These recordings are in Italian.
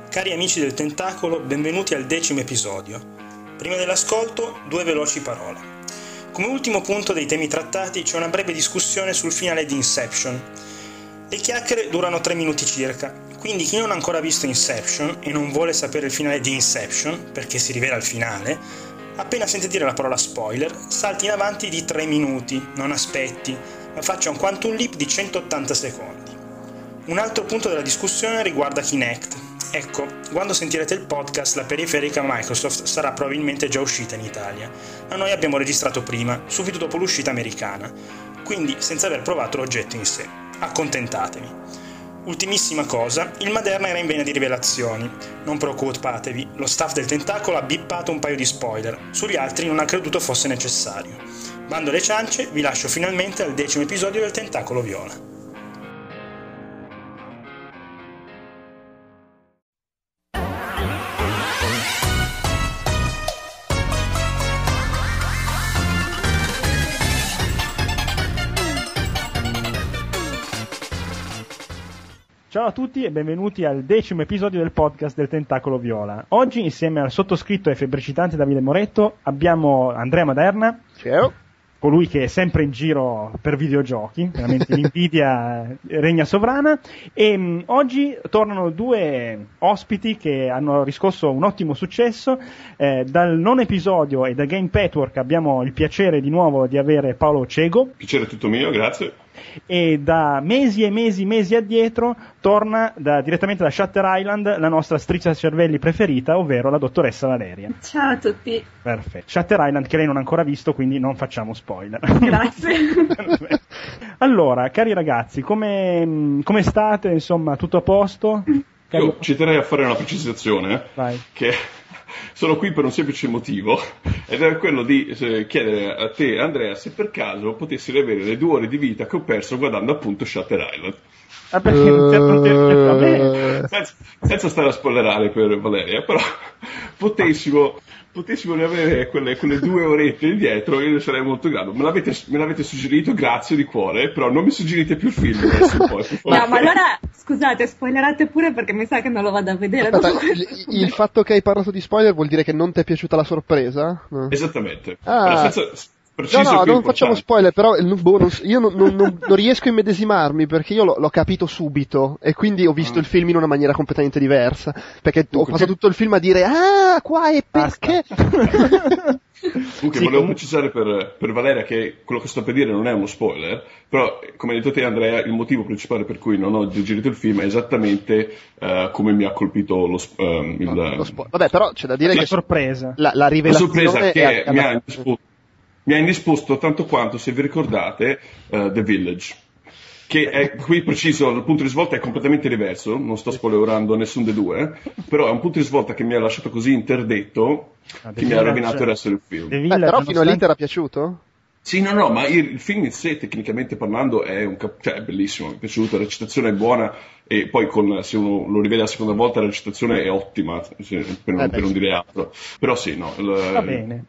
Cari amici del Tentacolo, benvenuti al 10° episodio. Prima dell'ascolto, 2 veloci parole. Come ultimo punto dei temi trattati c'è una breve discussione sul finale di Inception. Le chiacchiere durano 3 minuti circa, quindi chi non ha ancora visto Inception e non vuole sapere il finale di Inception, perché si rivela il finale, appena sente dire la parola spoiler, salti in avanti di 3 minuti, non aspetti, ma faccia un quantum leap di 180 secondi. Un altro punto della discussione riguarda Kinect. Ecco, quando sentirete il podcast la periferica Microsoft sarà probabilmente già uscita in Italia, ma noi abbiamo registrato prima, subito dopo l'uscita americana, quindi senza aver provato l'oggetto in sé. Accontentatevi. Ultimissima cosa, il Maderna era in vena di rivelazioni. Non preoccupatevi, lo staff del Tentacolo ha bippato un paio di spoiler, sugli altri non ha creduto fosse necessario. Bando alle ciance, vi lascio finalmente al 10° episodio del Tentacolo Viola. Ciao a tutti e benvenuti al 10° episodio del podcast del Tentacolo Viola. Oggi insieme al sottoscritto e febbricitante Davide Moretto abbiamo Andrea Maderna. Ciao. Colui che è sempre in giro per videogiochi, veramente l'invidia regna sovrana, e oggi tornano 2 ospiti che hanno riscosso un ottimo successo. Dal 9° episodio e da Game Petwork abbiamo il piacere di nuovo di avere Paolo Cego. Piacere tutto mio, grazie. E da mesi e mesi addietro torna direttamente da Shutter Island la nostra strizza cervelli preferita, ovvero la dottoressa Valeria. Ciao a tutti. Perfetto. Shutter Island che lei non ha ancora visto, quindi non facciamo spoiler. Grazie. Allora, cari ragazzi, come state? Insomma, tutto a posto? Io ci terrei a fare una precisazione. Vai. Che sono qui per un semplice motivo, ed è quello di chiedere a te, Andrea, se per caso potessi riavere le 2 ore di vita che ho perso guardando appunto Shutter Island. Ah, perché non ti va bene? Senza stare a spoilerare per Valeria, però potessimo riavere quelle 2 orette indietro, io ne sarei molto grato. Me l'avete suggerito, grazie di cuore, però non mi suggerite più il film adesso poi. No, ma allora scusate, spoilerate pure perché mi sa che non lo vado a vedere. Aspetta, il fatto che hai parlato di spoiler vuol dire che non ti è piaciuta la sorpresa? No. Esattamente. Ah. No, non facciamo spoiler, però io non riesco a immedesimarmi perché io l'ho capito subito e quindi ho visto il film in una maniera completamente diversa, perché ho passato tutto il film a dire qua e perché. Comunque volevo precisare per Valeria che quello che sto per dire non è uno spoiler, però come hai detto te Andrea, il motivo principale per cui non ho digerito il film è esattamente come mi ha colpito lo spoiler. Vabbè, però c'è da dire che sorpresa. La rivelazione la sorpresa che mi ha indisposto tanto quanto, se vi ricordate, The Village, che è qui preciso, il punto di svolta è completamente diverso, non sto spoilerando nessun dei 2, però è un punto di svolta che mi ha lasciato così interdetto che mi ha rovinato il resto del film. Però fino all'Inter era piaciuto? Sì, no, ma il film in sé, tecnicamente parlando, è è bellissimo, mi è piaciuto, la recitazione è buona, e poi se uno lo rivede la seconda volta la recitazione è ottima, per non dire altro. Però sì, no. Va bene.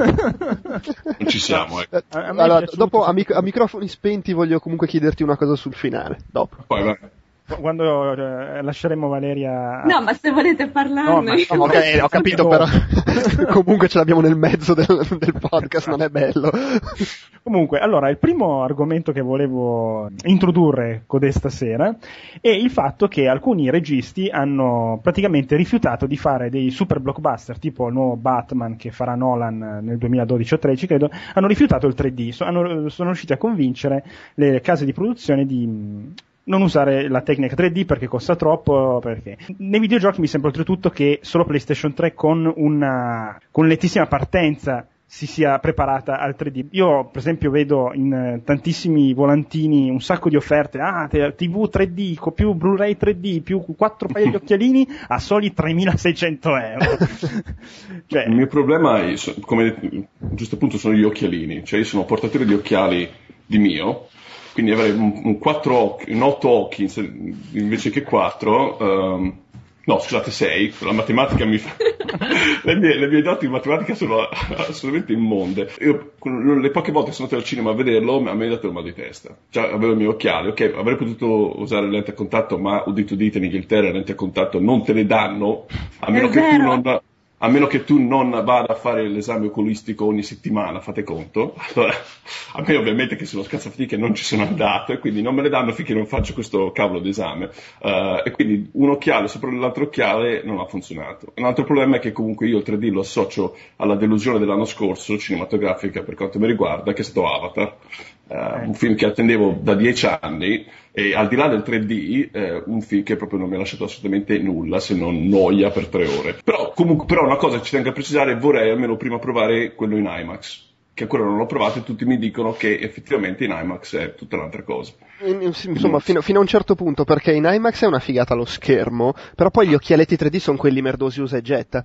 Non ci siamo, ecco. Allora, dopo a microfoni spenti voglio comunque chiederti una cosa sul finale, dopo. Poi vai. Quando lasceremo Valeria... No, ma se volete parlarne... No, ok, ho capito, però comunque ce l'abbiamo nel mezzo del podcast, non è bello. Comunque, allora, il primo argomento che volevo introdurre codesta sera è il fatto che alcuni registi hanno praticamente rifiutato di fare dei super blockbuster, tipo il nuovo Batman che farà Nolan nel 2012 o 13, credo, hanno rifiutato il 3D, sono riusciti a convincere le case di produzione di non usare la tecnica 3D perché costa troppo, perché nei videogiochi mi sembra oltretutto che solo PlayStation 3 con lentissima partenza si sia preparata al 3D. Io per esempio vedo in tantissimi volantini un sacco di offerte, TV 3D, più Blu-ray 3D, più 4 paia di occhialini a soli 3.600 euro. Cioè, il mio problema è, come a questo punto, sono gli occhialini, cioè io sono portatore di occhiali di mio, quindi avere un 8 occhi invece che 4 No, scusate, 6, la matematica mi fa... le mie doti in matematica sono assolutamente immonde. Io, le poche volte che sono andato al cinema a vederlo, a me ha dato il mal di testa. Cioè, avevo i miei occhiali, ok, avrei potuto usare lenti a contatto, ma udite in Inghilterra le lenti a contatto non te le danno, a meno che tu non vada a fare l'esame oculistico ogni settimana, fate conto. Allora, a me ovviamente che sono scazzafatiche non ci sono andato e quindi non me le danno finché non faccio questo cavolo d'esame. E quindi un occhiale sopra l'altro occhiale non ha funzionato. Un altro problema è che comunque io il 3D lo associo alla delusione dell'anno scorso, cinematografica per quanto mi riguarda, che è stato Avatar. Un film che attendevo da 10 anni e al di là del 3D un film che proprio non mi ha lasciato assolutamente nulla se non noia per 3 ore. Però una cosa che ci tengo a precisare, vorrei almeno prima provare quello in IMAX, che ancora non l'ho provato e tutti mi dicono che effettivamente in IMAX è tutta un'altra cosa. Insomma, fino a un certo punto, perché in IMAX è una figata lo schermo, però poi gli occhialetti 3D sono quelli merdosi usa e getta.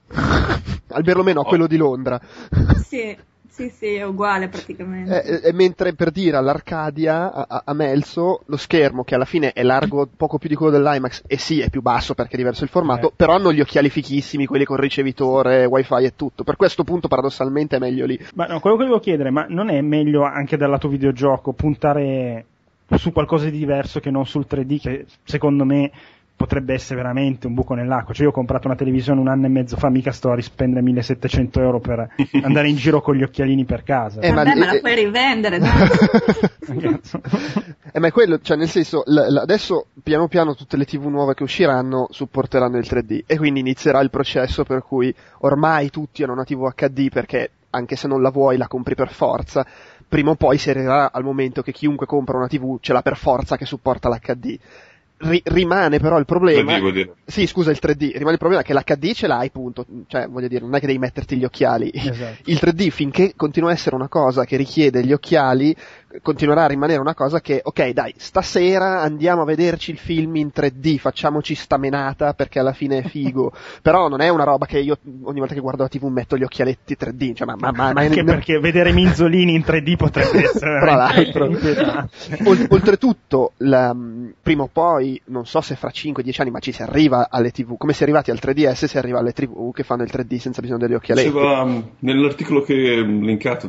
Almeno quello di Londra. Sì, è uguale praticamente. Mentre per dire all'Arcadia, a Melso, lo schermo che alla fine è largo poco più di quello dell'IMAX, e sì, è più basso perché è diverso il formato, però hanno gli occhiali fichissimi, quelli con ricevitore, wifi e tutto. Per questo punto paradossalmente è meglio lì. Ma no, quello che volevo chiedere, ma non è meglio anche dal lato videogioco puntare su qualcosa di diverso che non sul 3D, che secondo me potrebbe essere veramente un buco nell'acqua? Cioè io ho comprato una televisione 1 anno e mezzo fa, mica sto a rispendere 1.700 euro per andare in giro con gli occhialini per casa. Ma la puoi rivendere, dai. Ma è quello, cioè nel senso, adesso piano piano tutte le TV nuove che usciranno supporteranno il 3D e quindi inizierà il processo per cui ormai tutti hanno una TV HD perché anche se non la vuoi la compri per forza. Prima o poi si arriverà al momento che chiunque compra una TV ce l'ha per forza che supporta l'HD. Rimane però il problema. Sì, scusa, il 3D. Rimane il problema che l'HD ce l'hai, punto. Cioè, voglio dire, non è che devi metterti gli occhiali. Esatto. Il 3D, finché continua a essere una cosa che richiede gli occhiali, continuerà a rimanere una cosa che, ok, dai, stasera andiamo a vederci il film in 3D, facciamoci sta menata perché alla fine è figo. Però non è una roba che io ogni volta che guardo la TV metto gli occhialetti 3D. Cioè, anche perché vedere Minzolini in 3D potrebbe essere Oltretutto, prima o poi, non so se fra 5-10 anni, ma ci si arriva alle TV, come si è arrivati al 3DS, si arriva alle TV che fanno il 3D senza bisogno degli occhialetti. Diceva nell'articolo che linkato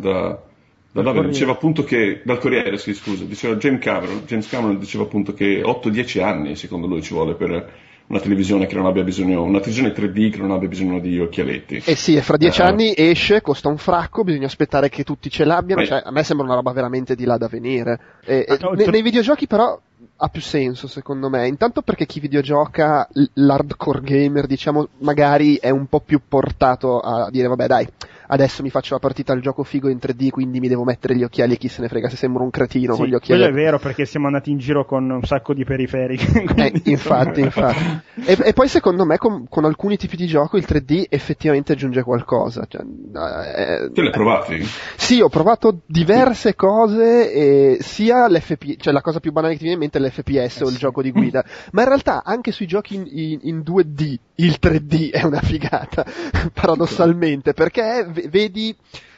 diceva appunto che, dal Corriere, sì, scusa, diceva James Cameron diceva appunto che 8-10 anni secondo lui ci vuole per una televisione che non abbia bisogno, una televisione 3D che non abbia bisogno di occhialetti. Sì, e fra 10 anni esce, costa un fracco, bisogna aspettare che tutti ce l'abbiano, cioè a me sembra una roba veramente di là da venire. Nei videogiochi però ha più senso secondo me, intanto perché chi videogioca, l'hardcore gamer diciamo, magari è un po' più portato a dire vabbè dai, adesso mi faccio la partita al gioco figo in 3D, quindi mi devo mettere gli occhiali e chi se ne frega se sembro un cretino con gli occhiali. Quello è vero, perché siamo andati in giro con un sacco di periferiche. Infatti. E poi secondo me con alcuni tipi di gioco il 3D effettivamente aggiunge qualcosa. Cioè, te l'hai provati? Sì, ho provato diverse cose, e sia l'FP, cioè la cosa più banale che ti viene in mente è l'FPS o il gioco di guida, ma in realtà anche sui giochi in 2D il 3D è una figata, paradossalmente, perché vedi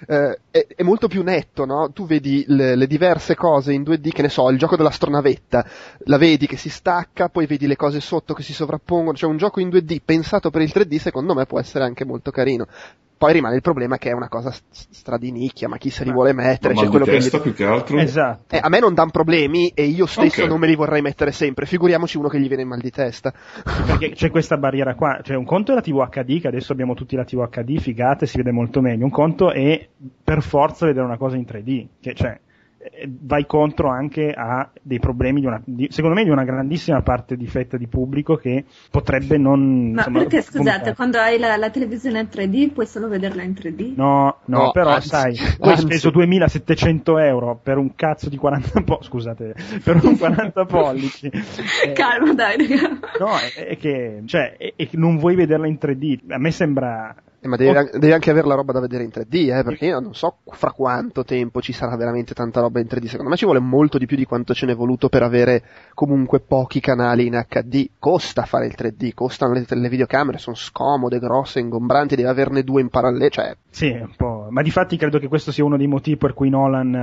è molto più netto, no? Tu vedi le diverse cose in 2D, che ne so, il gioco dell'astronavetta, la vedi che si stacca, poi vedi le cose sotto che si sovrappongono, cioè un gioco in 2D pensato per il 3D secondo me può essere anche molto carino. Poi rimane il problema che è una cosa stradinicchia, ma chi se li vuole mettere? C'è quello testa, più che altro. Esatto. A me non danno problemi e io stesso non me li vorrei mettere sempre, figuriamoci uno che gli viene il mal di testa. Perché c'è questa barriera qua, cioè un conto è la TV HD, che adesso abbiamo tutti la TV HD, figate, si vede molto meglio, un conto è per forza vedere una cosa in 3D, che cioè vai contro anche a dei problemi secondo me di una grandissima parte di fetta di pubblico che potrebbe non. Ma perché scusate, quando hai la televisione 3D puoi solo vederla in 3D? No, però sai, hai speso 2.700 euro per un cazzo di 40 scusate, per un 40 pollici. Calma, dai, raga. No, è che non vuoi vederla in 3D. A me sembra. Ma devi anche avere la roba da vedere in 3D, perché io non so fra quanto tempo ci sarà veramente tanta roba in 3D. Secondo me ci vuole molto di più di quanto ce n'è voluto per avere comunque pochi canali in HD. Costa fare il 3D, costano le videocamere, sono scomode, grosse, ingombranti, devi averne 2 in parallelo, cioè. Sì, un po'. Ma difatti credo che questo sia uno dei motivi per cui Nolan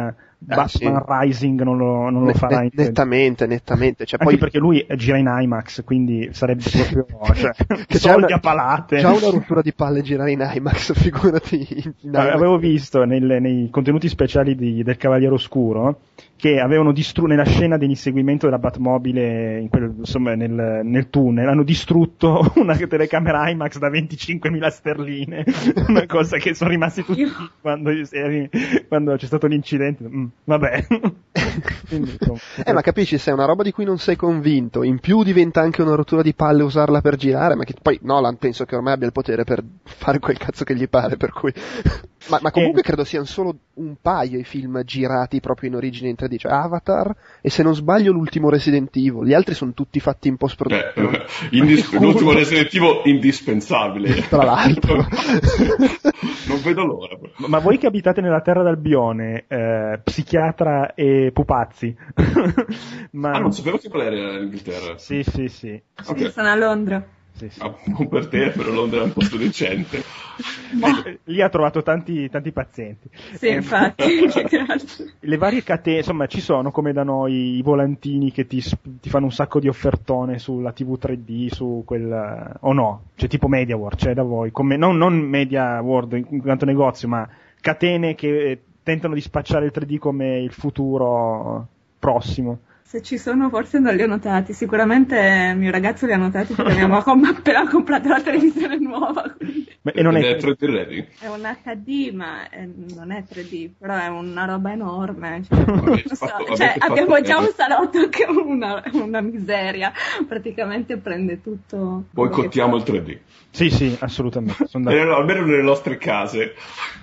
Batman Rising non lo farà nettamente. Cioè, anche poi perché lui gira in IMAX, quindi sarebbe proprio che soldi a palate. Già una rottura di palle girare in IMAX, figurati in IMAX. Avevo visto nei contenuti speciali del Cavaliere Oscuro che avevano distrutto nella scena dell'inseguimento della Batmobile nel tunnel, hanno distrutto una telecamera IMAX da 25.000 sterline, una cosa che sono rimasti tutti quando c'è stato l'incidente. Vabbè. Quindi, ma capisci, se è una roba di cui non sei convinto, in più diventa anche una rottura di palle usarla per girare, ma che poi Nolan penso che ormai abbia il potere per fare quel cazzo che gli pare, per cui ma comunque credo siano solo un paio i film girati proprio in origine in 3D, cioè Avatar e, se non sbaglio, l'ultimo Resident Evil. Gli altri sono tutti fatti in post-produzione. L'ultimo Resident Evil indispensabile, tra l'altro. Non vedo l'ora. Ma voi che abitate nella terra d'Albione, psichiatra e pupazzi. Non sapevo che quella era l'Inghilterra. Sì. Okay. Sono a Londra. Sì. Non per te, però Londra è un posto decente. Lì ha trovato tanti pazienti. Sì, infatti. Le varie catene, insomma, ci sono come da noi i volantini che ti fanno un sacco di offertone sulla TV 3D, su quel o no, cioè tipo Media World, c'è da voi, come non Media World in quanto negozio, ma catene che tentano di spacciare il 3D come il futuro prossimo. Se ci sono, forse non li ho notati, sicuramente mio ragazzo li ha notati perché abbiamo appena comprato la televisione nuova. E non è 3D ready? È un HD, ma non è 3D, però è una roba enorme. Abbiamo già un salotto che è una miseria, praticamente prende tutto. Boicottiamo il 3D. Sì, assolutamente. Almeno nelle nostre case.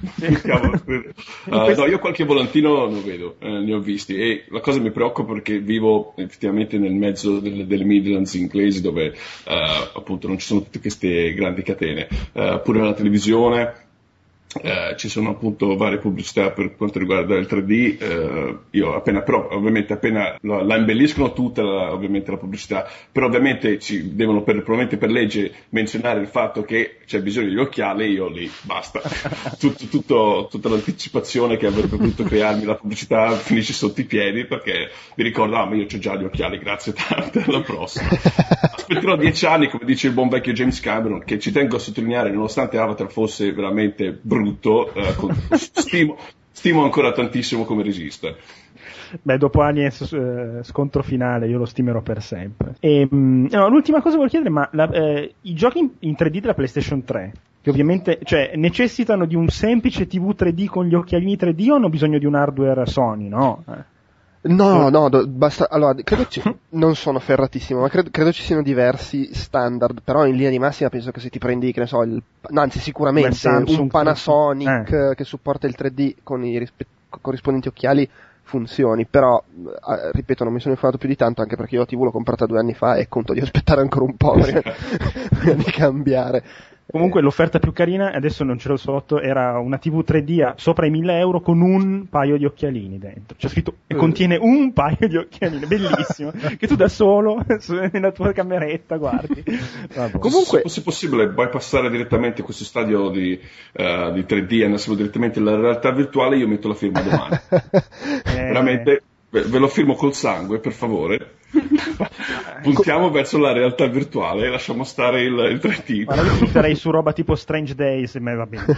Io qualche volantino lo vedo, ne ho visti, e la cosa mi preoccupa perché vivo effettivamente nel mezzo delle Midlands inglesi, dove appunto non ci sono tutte queste grandi catene, pure la televisione. Ci sono appunto varie pubblicità per quanto riguarda il 3D, però ovviamente appena la imbelliscono tutta ovviamente la pubblicità, però ovviamente ci devono probabilmente per legge menzionare il fatto che c'è bisogno di occhiali, io lì basta, tutta l'anticipazione che avrebbe potuto crearmi la pubblicità finisce sotto i piedi, perché mi ricordo, ma io ho già gli occhiali, grazie tante, alla prossima. Aspetterò 10 anni, come dice il buon vecchio James Cameron, che ci tengo a sottolineare, nonostante Avatar fosse veramente brutto, stimo ancora tantissimo come resiste. Beh, dopo Aliens scontro finale io lo stimerò per sempre. L'ultima cosa volevo chiedere, ma i giochi in 3D della PlayStation 3, che ovviamente necessitano di un semplice TV 3D con gli occhialini 3D, o hanno bisogno di un hardware Sony, no? No, basta. Allora, credo non sono ferratissimo, ma credo ci siano diversi standard, però in linea di massima penso che se ti prendi, che ne so, sicuramente un Panasonic che supporta il 3D con i corrispondenti occhiali funzioni, però ripeto, non mi sono informato più di tanto, anche perché io la TV l'ho comprata 2 anni fa e conto di aspettare ancora un po' prima di cambiare. Comunque l'offerta più carina, adesso non ce l'ho sotto, era una TV 3D sopra i 1.000 euro con un paio di occhialini dentro. C'è scritto e contiene un paio di occhialini, bellissimo, che tu da solo nella tua cameretta guardi. Comunque, se possibile, bypassare direttamente questo stadio di 3D e andassimo direttamente alla realtà virtuale, io metto la firma domani. Veramente, ve lo firmo col sangue, per favore. Puntiamo verso la realtà virtuale e lasciamo stare il 3D. Ma io punterei su roba tipo Strange Days, ma va bene.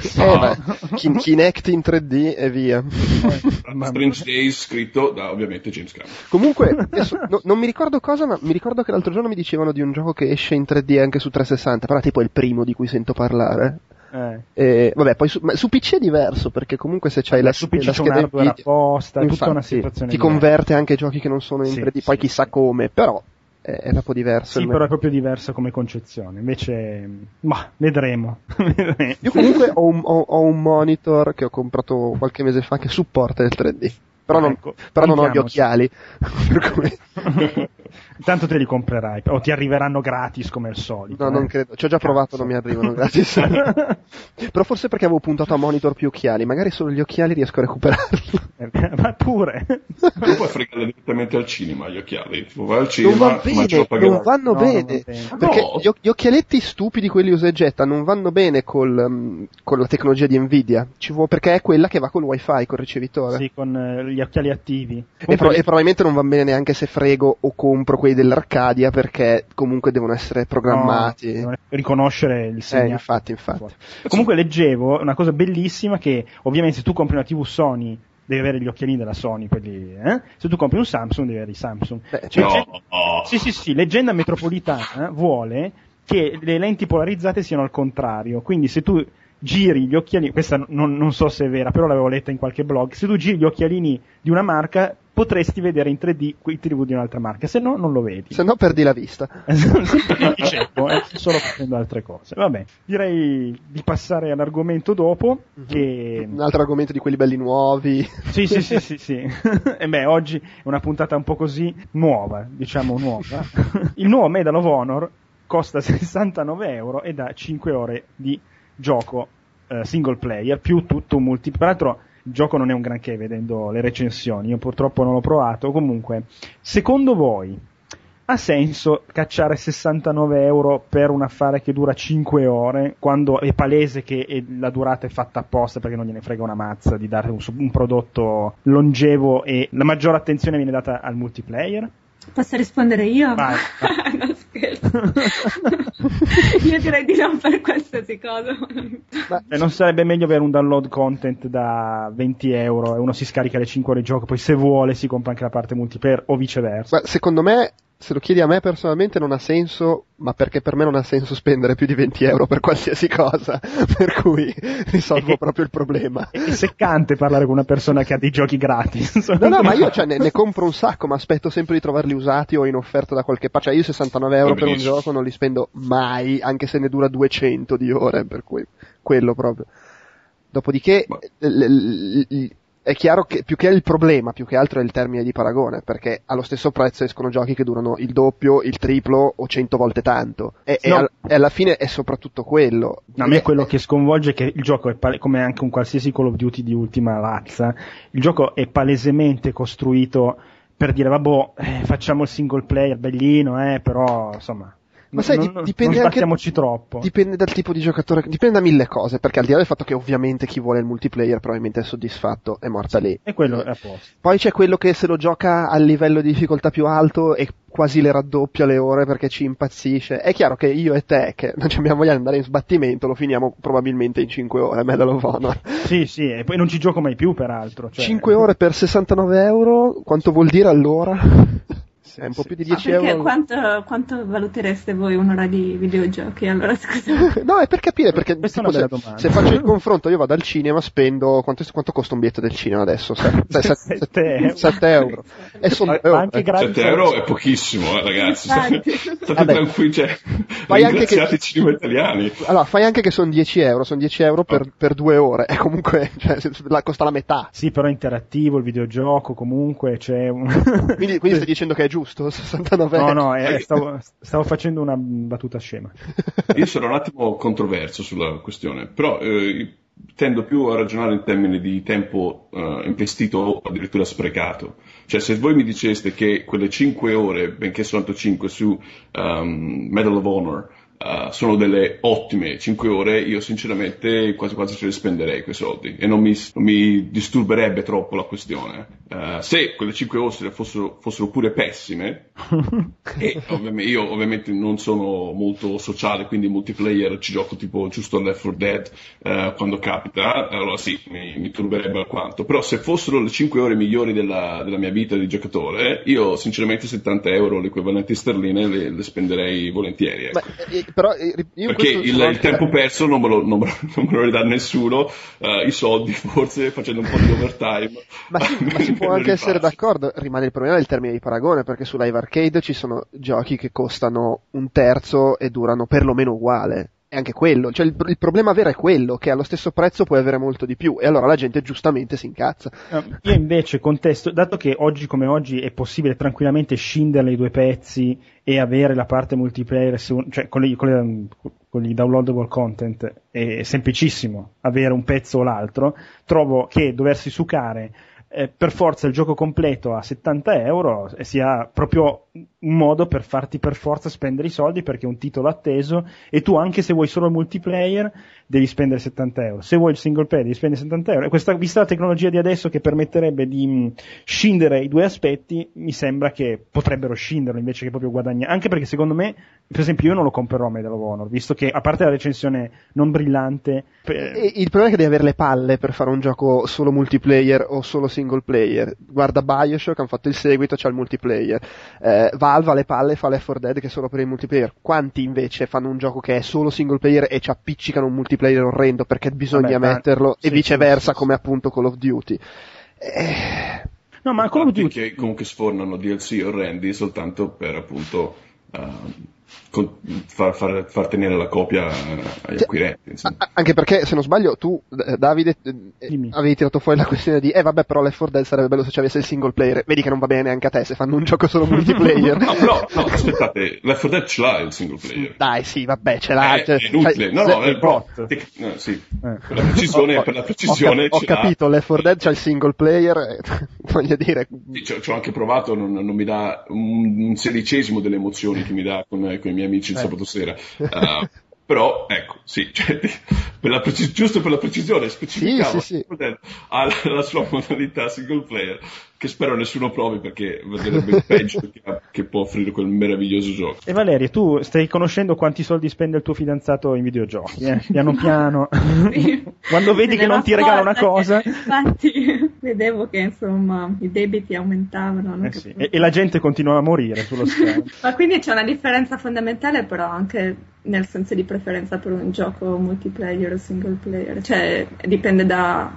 Kinect in 3D e via. Strange Days scritto da ovviamente James Cameron. Comunque adesso, non mi ricordo cosa, ma mi ricordo che l'altro giorno mi dicevano di un gioco che esce in 3D anche su 360, però tipo è il primo di cui sento parlare. Vabbè, poi su PC è diverso, perché comunque se c'hai la scheda video apposta, tutta una situazione ti converte anche giochi che non sono in 3D, poi chissà come, però è un po' diverso. Sì, però è proprio diversa come concezione, invece vedremo. Io comunque ho un monitor che ho comprato qualche mese fa che supporta il 3D, però non ho gli occhiali. Per cui... Tanto te li comprerai, o ti arriveranno gratis come al solito. No, non credo, ci ho già provato, non mi arrivano gratis. Però forse perché avevo puntato a monitor più occhiali, magari solo gli occhiali riesco a recuperarli. Ma pure. Non puoi fregarli direttamente al cinema gli occhiali. Vai al cinema, non vanno bene. Perché gli occhialetti stupidi, quelli usa e getta, non vanno bene con la tecnologia di Nvidia. Perché è quella che va col wifi, col ricevitore. Sì, con gli occhiali attivi. E probabilmente non va bene neanche se frego o compro quelli dell'Arcadia, perché comunque devono essere programmati. Devono riconoscere il segnale. Infatti. Comunque leggevo una cosa bellissima, che ovviamente se tu compri una TV Sony devi avere gli occhialini della Sony, quelli, se tu compri un Samsung devi avere i Samsung. Sì, Leggenda Metropolitana vuole che le lenti polarizzate siano al contrario, quindi se tu giri gli occhialini, questa non so se è vera, però l'avevo letta in qualche blog, se tu giri gli occhialini di una marca potresti vedere in 3D i TV di un'altra marca, se no non lo vedi. Se no perdi la vista. Solo facendo altre cose. Vabbè, direi di passare all'argomento dopo, che... Un altro argomento di quelli belli nuovi. Sì. E oggi è una puntata un po' così nuova. Il nuovo Medal of Honor costa €69 ed ha 5 ore di gioco single player più tutto un multiplayer. Peraltro il gioco non è un granché, vedendo le recensioni, io purtroppo non l'ho provato. Comunque, secondo voi ha senso cacciare €69 per un affare che dura 5 ore, quando è palese che la durata è fatta apposta perché non gliene frega una mazza di dare un prodotto longevo e la maggiore attenzione viene data al multiplayer? Posso rispondere io? Vai. No, scherzo. Io direi di no per qualsiasi cosa. Non sarebbe meglio avere un download content da €20 e uno si scarica le 5 ore di gioco, poi se vuole si compra anche la parte multiplayer, o viceversa? Ma secondo me, se lo chiedi a me personalmente, non ha senso, ma perché per me non ha senso spendere più di €20 per qualsiasi cosa, per cui risolvo proprio il problema. È seccante parlare con una persona che ha dei giochi gratis. No, ma io ne compro un sacco, ma aspetto sempre di trovarli usati o in offerta da qualche parte. Cioè io €69 per un gioco non li spendo mai, anche se ne dura 200 di ore, per cui quello proprio. Dopodiché è chiaro che più che il problema, più che altro è il termine di paragone, perché allo stesso prezzo escono giochi che durano il doppio, il triplo o 100 volte tanto. E alla fine è soprattutto quello. A me quello che sconvolge è che il gioco è come anche un qualsiasi Call of Duty di ultima razza, il gioco è palesemente costruito per dire facciamo il single player bellino, però insomma. Ma sai, dipende non anche troppo. Dipende dal tipo di giocatore, dipende da mille cose, perché al di là del fatto che ovviamente chi vuole il multiplayer probabilmente è soddisfatto, è morta lì. E quello è a posto. Poi c'è quello che se lo gioca al livello di difficoltà più alto e quasi le raddoppia le ore perché ci impazzisce. È chiaro che io e te, che non abbiamo voglia di andare in sbattimento, lo finiamo probabilmente in 5 ore, Medal of Honor. Sì, e poi non ci gioco mai più, peraltro. 5 ore per €69, quanto vuol dire allora? È un po' più di €10. Quanto valutereste voi un'ora di videogiochi? Allora, scusa. No, è per capire, perché tipo, se faccio il confronto, io vado al cinema, spendo quanto costa un biglietto del cinema adesso? €7. E sono anche €7 è pochissimo, ragazzi. State tranquilli, ringraziate i cinema italiani. Allora, fai anche che sono €10, sono €10 per 2 ore, e comunque costa la metà. Sì, però è interattivo il videogioco, comunque c'è un... Quindi stai dicendo che è giusto, 69 euro. No, stavo facendo una battuta scema. Io sono un attimo controverso sulla questione, però tendo più a ragionare in termini di tempo investito o addirittura sprecato. Cioè, se voi mi diceste che quelle 5 ore, benché soltanto 5 su Medal of Honor, sono delle ottime 5 ore, io sinceramente quasi ce le spenderei quei soldi e non mi disturberebbe troppo la questione. Se quelle 5 ore fossero pure pessime, e io ovviamente non sono molto sociale, quindi multiplayer ci gioco tipo giusto Left 4 Dead quando capita, allora sì, mi turberebbe alquanto. Però se fossero le 5 ore migliori della mia vita di giocatore, io sinceramente €70, l'equivalente sterline, le spenderei volentieri. Ecco. Però perché il tempo perso non me lo ridà nessuno, i soldi forse facendo un po' di overtime. Ma si può anche essere d'accordo, rimane il problema del termine di paragone, perché su Live Arcade ci sono giochi che costano un terzo e durano perlomeno uguale. È anche quello, cioè il problema vero è quello, che allo stesso prezzo puoi avere molto di più, e allora la gente giustamente si incazza. Io invece contesto, dato che oggi come oggi è possibile tranquillamente scindere i due pezzi e avere la parte multiplayer, cioè con gli downloadable content è semplicissimo avere un pezzo o l'altro, trovo che doversi sucare per forza il gioco completo a €70 sia proprio un modo per farti per forza spendere i soldi perché è un titolo atteso e tu anche se vuoi solo il multiplayer devi spendere €70, se vuoi il single player devi spendere €70 e questa, vista la tecnologia di adesso che permetterebbe di scindere i due aspetti, mi sembra che potrebbero scinderlo invece che proprio guadagnare, anche perché secondo me, per esempio, io non lo comprerò Medal of Honor, visto che a parte la recensione non brillante il problema è che devi avere le palle per fare un gioco solo multiplayer o solo single player. Guarda BioShock, hanno fatto il seguito, c'ha il multiplayer. Valve ha le palle, fa Left 4 Dead che è solo per il multiplayer. Quanti invece fanno un gioco che è solo single player e ci appiccicano un multiplayer orrendo perché bisogna metterlo e viceversa come appunto Call of Duty. No, ma Call of Duty che comunque sfornano DLC orrendi soltanto per appunto far tenere la copia agli acquirenti. Anche perché, se non sbaglio, tu, Davide, avevi tirato fuori la questione di vabbè, però Left 4 Dead sarebbe bello se ci avesse il single player. Vedi che non va bene anche a te se fanno un gioco solo multiplayer. No, aspettate, Left 4 Dead ce l'ha il single player. Dai, sì, vabbè, ce l'ha. È inutile. No, è il bot. Sì. Per la precisione ho capito, Left 4 Dead c'ha il single player, voglio dire. Sì, ci ho anche provato, non mi dà un 16esimo delle emozioni che mi dà con i miei amici il sabato sera. Però ecco, sì, cioè, giusto per la precisione specificavo sì. ha la sua modalità single player che spero nessuno provi perché vedrebbe il peggio che può offrire quel meraviglioso gioco. E Valeria, tu stai conoscendo quanti soldi spende il tuo fidanzato in videogiochi, piano piano. Quando vedi che non ti regala una cosa. Infatti vedevo che insomma i debiti aumentavano. Sì. E la gente continua a morire sullo schermo. Ma quindi c'è una differenza fondamentale però anche nel senso di preferenza per un gioco multiplayer o single player, cioè dipende da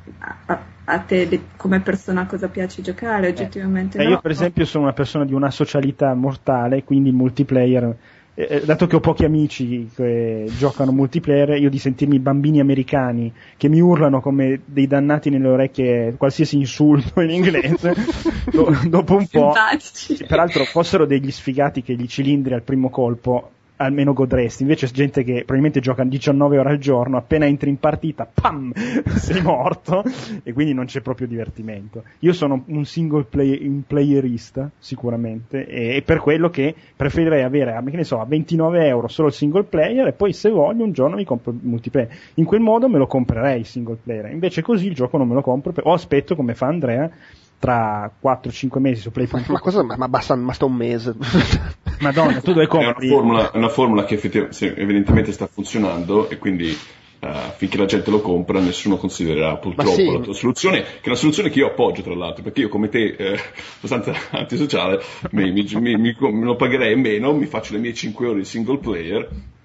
a te come persona cosa piace giocare oggettivamente. Io per esempio sono una persona di una socialità mortale, quindi il multiplayer, dato che ho pochi amici che giocano multiplayer, io di sentirmi bambini americani che mi urlano come dei dannati nelle orecchie qualsiasi insulto in inglese dopo un po', peraltro fossero degli sfigati che gli cilindri al primo colpo almeno godresti, invece c'è gente che probabilmente gioca 19 ore al giorno, appena entri in partita, pam, sei morto, e quindi non c'è proprio divertimento. Io sono un single playerista, sicuramente, e per quello che preferirei avere, che ne so, a €29 solo il single player, e poi se voglio un giorno mi compro il multiplayer. In quel modo me lo comprerei il single player, invece così il gioco non me lo compro, o aspetto, come fa Andrea, tra 4-5 mesi su PlayStation. Ma basta un mese. Madonna, tu dove compri? È una formula che evidentemente sta funzionando e quindi finché la gente lo compra nessuno considererà purtroppo la tua soluzione, che è una soluzione che io appoggio tra l'altro, perché io come te abbastanza antisociale me lo pagherei meno, mi faccio le mie 5 ore di single player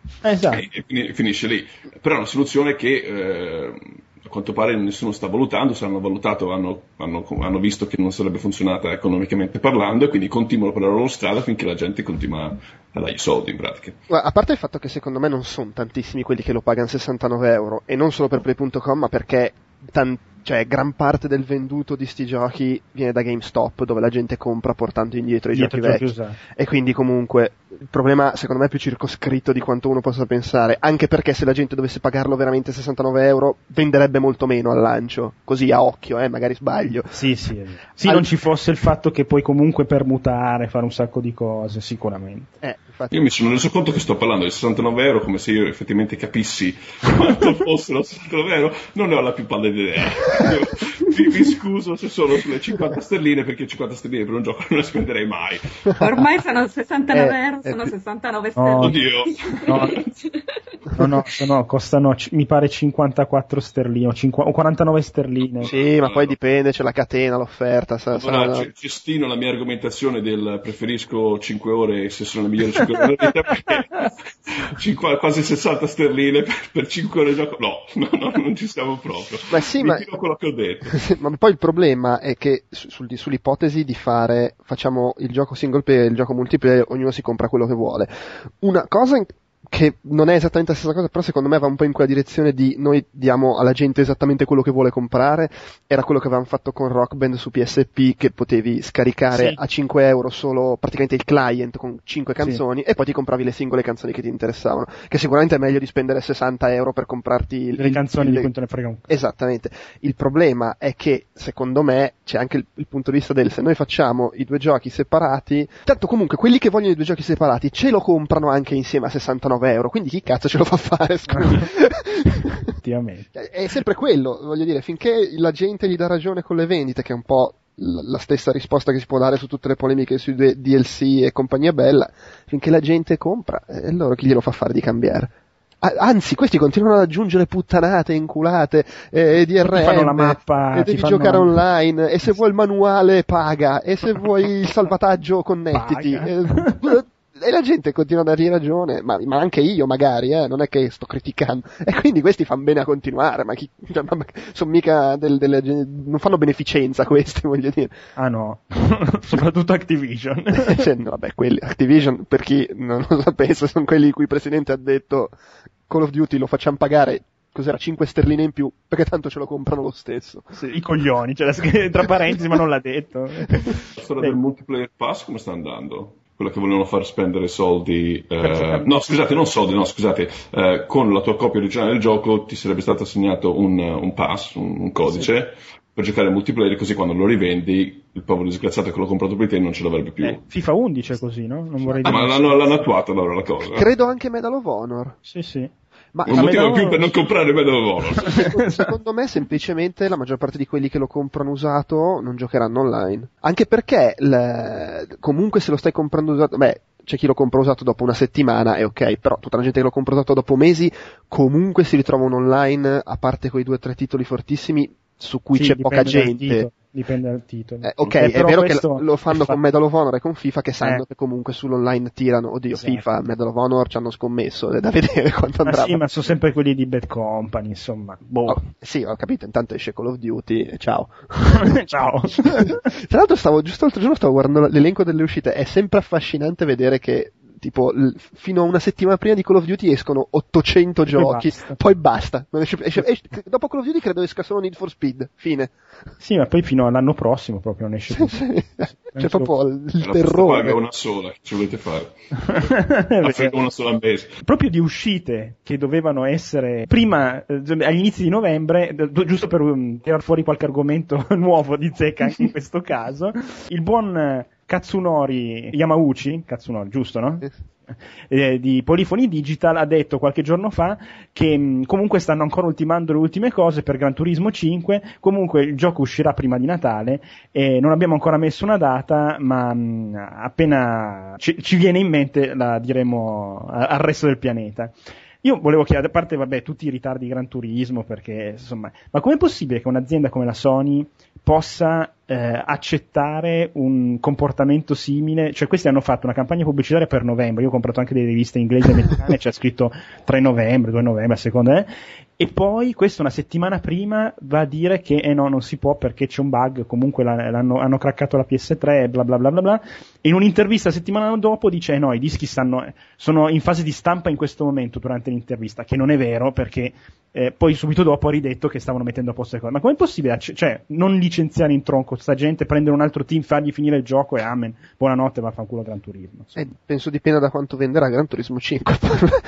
e finisce lì. Però è una soluzione che a quanto pare nessuno sta valutando, se hanno valutato hanno visto che non sarebbe funzionata economicamente parlando e quindi continuano per la loro strada finché la gente continua a dargli soldi in pratica. A parte il fatto che secondo me non sono tantissimi quelli che lo pagano €69 e non solo per Play.com ma perché gran parte del venduto di sti giochi viene da GameStop, dove la gente compra portando indietro i giochi vecchi e quindi comunque il problema secondo me è più circoscritto di quanto uno possa pensare, anche perché se la gente dovesse pagarlo veramente €69 venderebbe molto meno al lancio, così a occhio, magari sbaglio. Sì, non ci fosse il fatto che puoi comunque permutare, fare un sacco di cose, sicuramente. Io mi sono reso conto che sto parlando di €69 come se io effettivamente capissi quanto fossero €69, non ne ho la più pallida idea. Mi scuso se sono sulle 50 sterline, perché 50 sterline per un gioco non le spenderei mai. Ormai sono €69, sono 69 sterline. Oddio. No, costano mi pare 54 sterline o 49 sterline. Sì, ma poi dipende, c'è la catena, l'offerta. Cestino la mia argomentazione del preferisco 5 ore se sono le migliori 5 ore della vita, perché quasi 60 sterline per 5 ore di gioco. No, non ci siamo proprio. Ma sì, quello che ho detto. Ma poi il problema è che sull'ipotesi di facciamo il gioco single player e il gioco multiplayer, ognuno si compra quello che vuole. Una cosa che non è esattamente la stessa cosa, però secondo me va un po' in quella direzione di noi diamo alla gente esattamente quello che vuole comprare. Era quello che avevamo fatto con Rock Band su PSP, che potevi scaricare a 5 euro solo praticamente il client con 5 canzoni e poi ti compravi le singole canzoni che ti interessavano, che sicuramente è meglio di spendere 60 euro per comprarti le canzoni di cui te ne frega un po'. Esattamente. Il problema è che secondo me c'è anche il punto di vista del se noi facciamo i due giochi separati, tanto comunque quelli che vogliono i due giochi separati ce lo comprano anche insieme a 69 euro, quindi chi cazzo ce lo fa fare, scusa? Effettivamente. È sempre quello, voglio dire, finché la gente gli dà ragione con le vendite, che è un po' la stessa risposta che si può dare su tutte le polemiche sui DLC e compagnia bella, finché la gente compra, è loro chi glielo fa fare di cambiare. Anzi, questi continuano ad aggiungere puttanate, inculate, DRM, fanno la mappa, e devi giocare online, e se vuoi il manuale paga, e se vuoi il salvataggio connettiti. E la gente continua a dargli ragione, ma anche io magari, non è che sto criticando. E quindi questi fanno bene a continuare, ma sono mica non fanno beneficenza questi, voglio dire. Ah no, soprattutto Activision. No, vabbè, quelli, Activision, per chi non lo sapesse, sono quelli cui il presidente ha detto Call of Duty lo facciamo pagare, cos'era, 5 sterline in più, perché tanto ce lo comprano lo stesso. Sì, i coglioni, cioè, tra parentesi, ma non l'ha detto. La storia del multiplayer pass come sta andando? Quella che volevano far spendere soldi, no scusate, con la tua copia originale del gioco ti sarebbe stato assegnato un pass, un codice, per giocare al multiplayer, così quando lo rivendi il povero disgraziato che l'ho comprato per te non ce l'avrebbe più. FIFA 11 è così, no? Non vorrei dire. Ma l'hanno attuata allora la cosa. Credo anche Medal of Honor. Sì. Ma un motivo più per non comprare Medal of Honor. Secondo me semplicemente la maggior parte di quelli che lo comprano usato non giocheranno online. Anche perché comunque se lo stai comprando usato, c'è chi lo compra usato dopo una settimana, è ok, però tutta la gente che lo compra usato dopo mesi comunque si ritrovano online, a parte quei 2 o 3 titoli fortissimi su cui c'è poca gente. Dipende dal titolo. Ok, è vero che lo fanno con Medal of Honor e con FIFA, che sanno che comunque sull'online tirano. Oddio, esatto. FIFA, Medal of Honor ci hanno scommesso, è da vedere quanto andrà. Sì, ma sono sempre quelli di Bad Company, insomma. Sì, ho capito, intanto esce Call of Duty e ciao. Ciao. Tra l'altro giusto l'altro giorno stavo guardando l'elenco delle uscite, è sempre affascinante vedere che tipo fino a una settimana prima di Call of Duty escono 800 giochi, poi basta. Dopo Call of Duty credo esca solo Need for Speed, fine. Sì, ma poi fino all'anno prossimo proprio non esce più. C'è proprio il terrore. Paga una sola, che ci volete fare? Una sola al mese. Proprio di uscite che dovevano essere prima, agli inizi di novembre, giusto per tirar fuori qualche argomento nuovo di zecca anche in questo caso, il buon Katsunori Yamauchi, giusto, no? Di Polyphony Digital ha detto qualche giorno fa che comunque stanno ancora ultimando le ultime cose per Gran Turismo 5, comunque il gioco uscirà prima di Natale e non abbiamo ancora messo una data, ma appena ci viene in mente la diremo al resto del pianeta. Io volevo chiedere, a parte tutti i ritardi di Gran Turismo, perché insomma, ma com'è possibile che un'azienda come la Sony possa accettare un comportamento simile? Cioè, questi hanno fatto una campagna pubblicitaria per novembre, io ho comprato anche delle riviste inglesi e americane, c'è scritto 3 novembre, 2 novembre a seconda, e poi questo una settimana prima va a dire che no, non si può perché c'è un bug, comunque hanno craccato la PS3 bla bla bla bla bla. In un'intervista settimana dopo dice no, i dischi sono in fase di stampa in questo momento durante l'intervista, che non è vero perché poi subito dopo ha ridetto che stavano mettendo a posto le cose. Ma com'è possibile non licenziare in tronco sta gente, prendere un altro team, fargli finire il gioco e amen, buonanotte, vaffanculo Gran Turismo. Penso dipenda da quanto venderà Gran Turismo 5.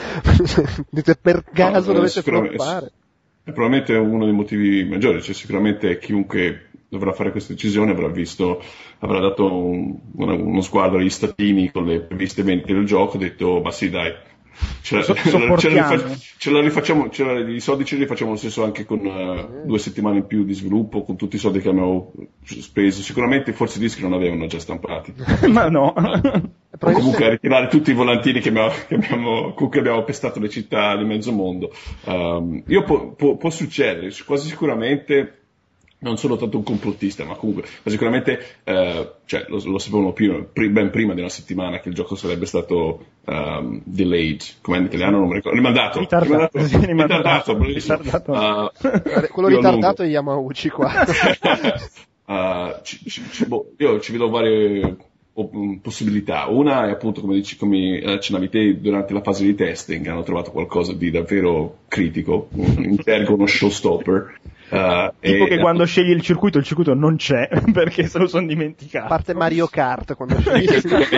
Per caso dovete floppare. È probabilmente uno dei motivi maggiori, cioè sicuramente chiunque dovrà fare questa decisione avrà dato uno sguardo agli statini con le previste vendite del gioco, ha detto ma sì dai, i soldi ce li rifacciamo lo stesso anche con 2 settimane in più di sviluppo, con tutti i soldi che abbiamo speso. Sicuramente forse i dischi non avevano già stampati. Ma no. O comunque a ritirare tutti i volantini con cui abbiamo pestato le città di mezzo mondo. Può succedere, quasi sicuramente. Non sono tanto un complottista, ma comunque, sicuramente lo sapevano ben prima di una settimana che il gioco sarebbe stato delayed, come in italiano non mi ricordo, rimandato. Ritardato. Quello ritardato è Yamauchi qua. Io ci vedo possibilità. Una è appunto, come accennavi te, durante la fase di testing hanno trovato qualcosa di davvero critico, uno showstopper. Tipo che quando scegli il circuito non c'è perché se lo sono dimenticato. A parte Mario Kart quando scegli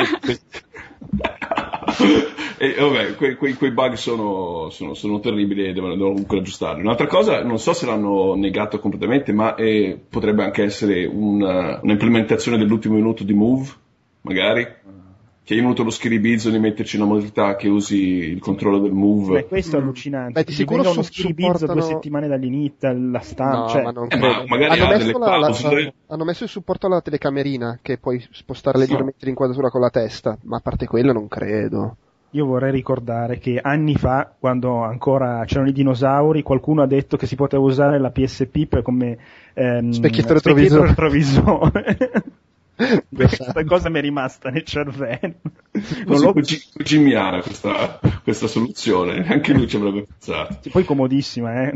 e vabbè, quei bug sono terribili e devono comunque aggiustare. Un'altra cosa, non so se l'hanno negato completamente, ma potrebbe anche essere un'implementazione dell'ultimo minuto di Move, magari. Che hai avuto lo schiribizzo di metterci una modalità che usi il controllo del Move. Beh, questo è allucinante. Beh, di sicuro uno schiribizzo 2 settimane dall'inizio, la stampa. No, ma non credo. Magari hanno messo il supporto alla telecamerina, che puoi spostare leggermente l'inquadratura con la testa, ma a parte quello non credo. Io vorrei ricordare che anni fa, quando ancora c'erano i dinosauri, qualcuno ha detto che si poteva usare la PSP come specchietto retrovisore. Questa cosa mi è rimasta nel cervello. Gimiana questa soluzione, anche lui ci avrebbe pensato. Poi comodissima,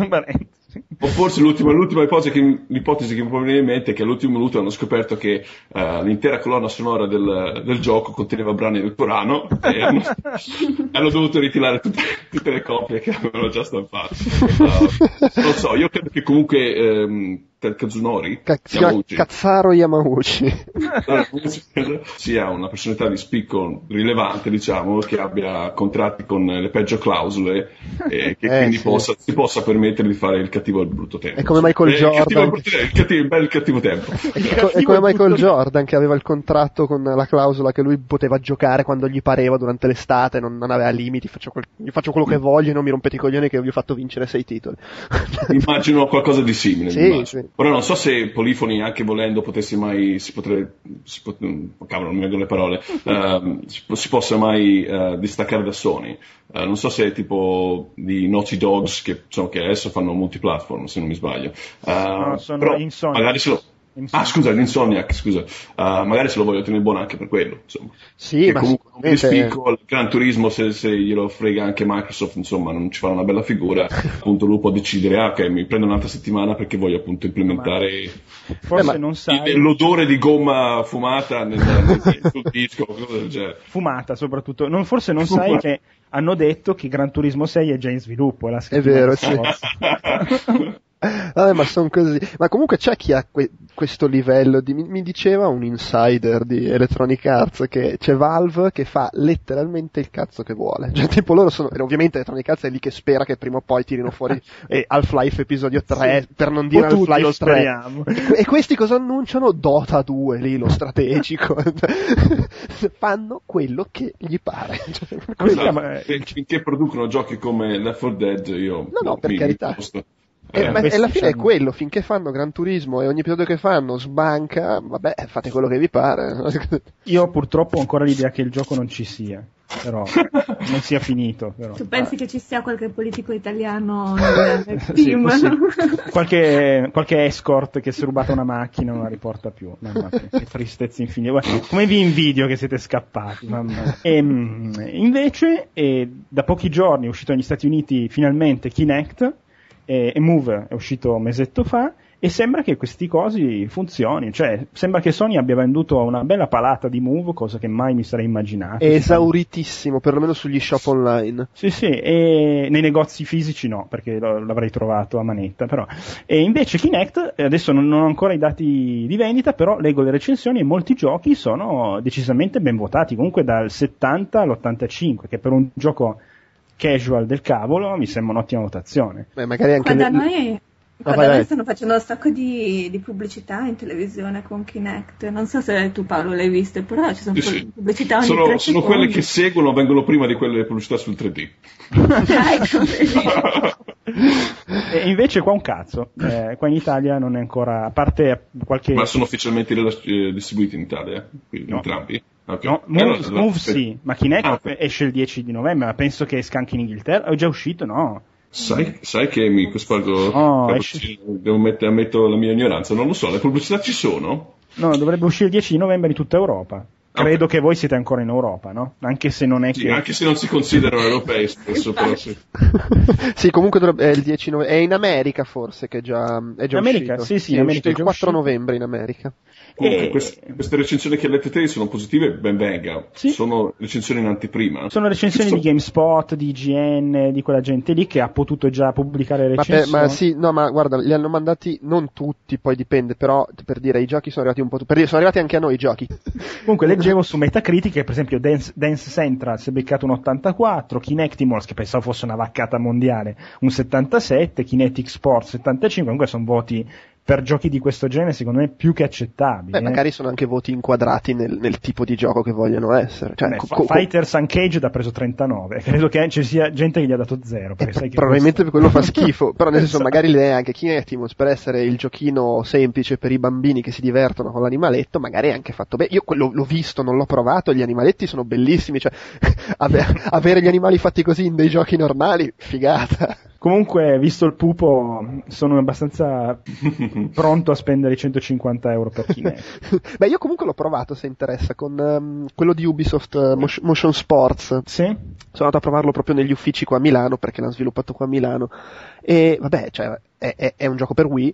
O forse l'ultima ipotesi che mi può venire in mente è che all'ultimo minuto hanno scoperto che l'intera colonna sonora del gioco conteneva brani del Corano e hanno dovuto ritirare tutte le copie che avevano già stampato. Non so, io credo che comunque Kazunori Katsuro Yamauchi sia una personalità di spicco rilevante, diciamo, che abbia contratti con le peggio clausole e che quindi si possa permettere di fare il cattivo e il brutto tempo. È come Michael Jordan, il cattivo tempo. È come Michael Jordan, che aveva il contratto con la clausola che lui poteva giocare quando gli pareva durante l'estate, non aveva limiti, gli faccio quello che voglio e non mi rompete i coglioni che vi ho fatto vincere 6 titoli. Immagino qualcosa di simile. Sì. Però non so se Polifoni, anche volendo, cavolo, non mi vengono le parole, si possa mai distaccare da Sony. Non so se è tipo di Naughty Dogs che adesso fanno multiplatform, se non mi sbaglio. No, sono però Insomniac. magari l'Insomniac, scusa. Magari se lo voglio tenere buono anche per quello, insomma. Sì, e ma comunque un spicco il Gran Turismo, se glielo frega anche Microsoft, insomma, non ci fa una bella figura, appunto lui può decidere, ok, mi prendo un'altra settimana perché voglio appunto implementare non sai l'odore di gomma fumata sul disco, cosa del genere. Fumata soprattutto, forse non sai che hanno detto che Gran Turismo 6 è già in sviluppo, è vero, sì. Vabbè, ma sono così. Ma comunque c'è chi ha questo livello mi diceva un insider di Electronic Arts che c'è Valve che fa letteralmente il cazzo che vuole. Cioè, tipo loro ovviamente Electronic Arts è lì che spera che prima o poi tirino fuori Half-Life episodio 3, sì, per non dire Half-Life 3. E questi cosa annunciano? Dota 2, lì lo strategico. Fanno quello che gli pare. Finché producono giochi come Left 4 Dead, io no, per carità. Ma alla fine è quello, finché fanno Gran Turismo e ogni episodio che fanno sbanca, vabbè, fate quello che vi pare. Io purtroppo ho ancora l'idea che il gioco non ci sia, però non sia finito. Però. Tu pensi che ci sia qualche politico italiano nel team? Sì, qualche escort che si è rubata una macchina non la riporta più. Mamma mia, che tristezza infinita. Come vi invidio che siete scappati. Mamma. Invece, da pochi giorni è uscito negli Stati Uniti finalmente Kinect, e Move è uscito un mesetto fa e sembra che questi cosi funzionino, cioè sembra che Sony abbia venduto una bella palata di Move, cosa che mai mi sarei immaginato. È esauritissimo, perlomeno sugli shop online. Sì, e nei negozi fisici no, perché l'avrei trovato a manetta, però. E invece Kinect, adesso non ho ancora i dati di vendita, però leggo le recensioni e molti giochi sono decisamente ben votati, comunque dal 70 all'85, che per un gioco casual del cavolo mi sembra un'ottima votazione. Beh, magari anche da noi stanno facendo un sacco di pubblicità in televisione con Kinect. Non so se tu, Paolo, l'hai visto, però ci sono pubblicità ogni 3 sono quelle che vengono prima di quelle pubblicità sul 3D. E invece qua un cazzo, qua in Italia non è ancora, a parte qualche... Ma sono ufficialmente distribuiti in Italia, entrambi? Okay. No, Move sì, ma Kinect esce il 10 di novembre, ma penso che esca anche in Inghilterra, è già uscito, no? Sai che mi spargo, ammetto la mia ignoranza, non lo so, le pubblicità ci sono? No, dovrebbe uscire il 10 di novembre in tutta Europa. credo che voi siete ancora in Europa, no? Anche se non è sì, anche se non si considerano europei spesso, però sì. Sì, comunque è il 10 novembre, è in America forse che è già in America, uscito. Sì, in America è uscito il 4 novembre in America. Comunque queste recensioni che avete te sono positive, ben venga. Sì. Sono recensioni in anteprima. Sono recensioni di GameSpot, di IGN, di quella gente lì che ha potuto già pubblicare recensioni. Ma sì, no, ma guarda, li hanno mandati non tutti, poi dipende, però per dire i giochi sono arrivati un po' per dire, sono arrivati anche a noi i giochi. Comunque leggevo su Metacritic che per esempio Dance Central si è beccato un 84, Kinectimals, che pensavo fosse una vaccata mondiale, un 77, Kinetic Sports 75, comunque sono voti per giochi di questo genere secondo me più che accettabili. Magari sono anche voti inquadrati nel tipo di gioco che vogliono essere. Cioè, Fighters Uncaged ha preso 39, credo che ci sia gente che gli ha dato 0. Sai che probabilmente quello fa schifo, però nel senso magari l'idea è anche Kinectimals per essere il giochino semplice per i bambini che si divertono con l'animaletto, magari è anche fatto bene. Io quello l'ho visto, non l'ho provato, gli animaletti sono bellissimi, cioè avere gli animali fatti così in dei giochi normali, figata. Comunque, visto il pupo, sono abbastanza pronto a spendere i 150 euro per Kinect. Beh, io comunque l'ho provato, se interessa, con quello di Ubisoft Motion Sports. Sì? Sono andato a provarlo proprio negli uffici qua a Milano, perché l'hanno sviluppato qua a Milano. E vabbè, cioè, è un gioco per Wii.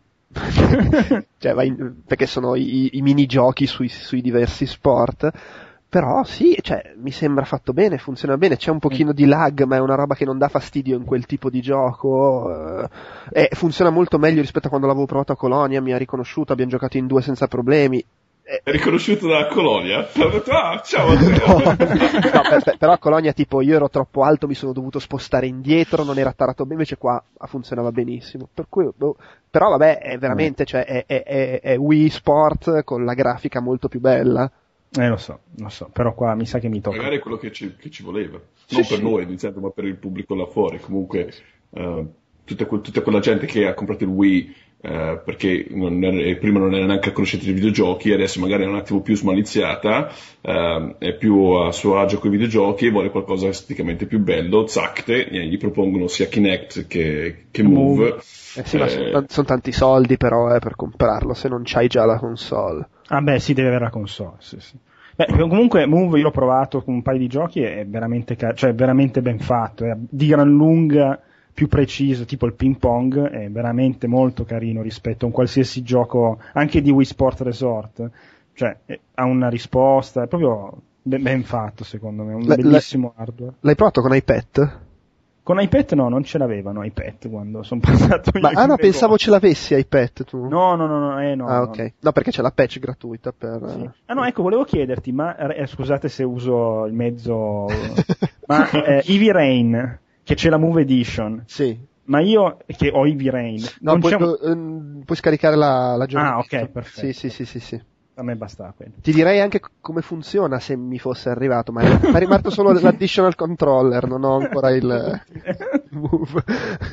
Cioè, perché sono i minigiochi sui diversi sport. Però sì, cioè, mi sembra fatto bene, funziona bene, c'è un pochino di lag, ma è una roba che non dà fastidio in quel tipo di gioco, funziona molto meglio rispetto a quando l'avevo provato a Colonia, mi ha riconosciuto, abbiamo giocato in 2 senza problemi. È riconosciuto dalla Colonia? Ciao! No, però a Colonia tipo io ero troppo alto, mi sono dovuto spostare indietro, non era tarato bene, invece qua funzionava benissimo. Per cui, però vabbè, è veramente, cioè, è Wii Sport con la grafica molto più bella. Lo so, però qua mi sa che mi tocca. Magari è quello che ci voleva. Non per noi, iniziato, ma per il pubblico là fuori. Comunque, tutta quella gente che ha comprato il Wii perché prima non era neanche a conoscenza dei videogiochi, adesso magari è un attimo più smaliziata, è più a suo agio con i videogiochi e vuole qualcosa esteticamente più bello, zacte, gli propongono sia Kinect che Move. Sì, ma sono tanti soldi però per comprarlo, se non c'hai già la console. Ah beh, sì, deve avere la console, sì. Beh, comunque Move io l'ho provato con un paio di giochi e è veramente, cioè veramente ben fatto, è di gran lunga più preciso, tipo il ping pong, è veramente molto carino rispetto a un qualsiasi gioco, anche di Wii Sport Resort, cioè ha una risposta, è proprio ben fatto secondo me, un bellissimo hardware. L'hai provato con iPad? Con iPad no, non ce l'avevano iPad quando sono passato io. No, pensavo ce l'avessi iPad tu. No. Ah, ok. No, perché c'è la patch gratuita per... Sì. Ah no, ecco, volevo chiederti, ma scusate se uso il mezzo, ma Heavy Rain, che c'è la Move Edition. Sì. Ma io, che ho Heavy Rain... No, puoi scaricare la giornata. Ah, ok, perfetto. Sì. A me basta quello. Ti direi anche come funziona se mi fosse arrivato, ma è rimasto solo l'additional controller, non ho ancora il Move.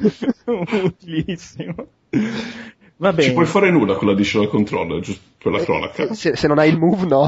Utilissimo. Va bene. Ci puoi fare nulla con l'additional controller, giusto per la cronaca. Se non hai il Move, no.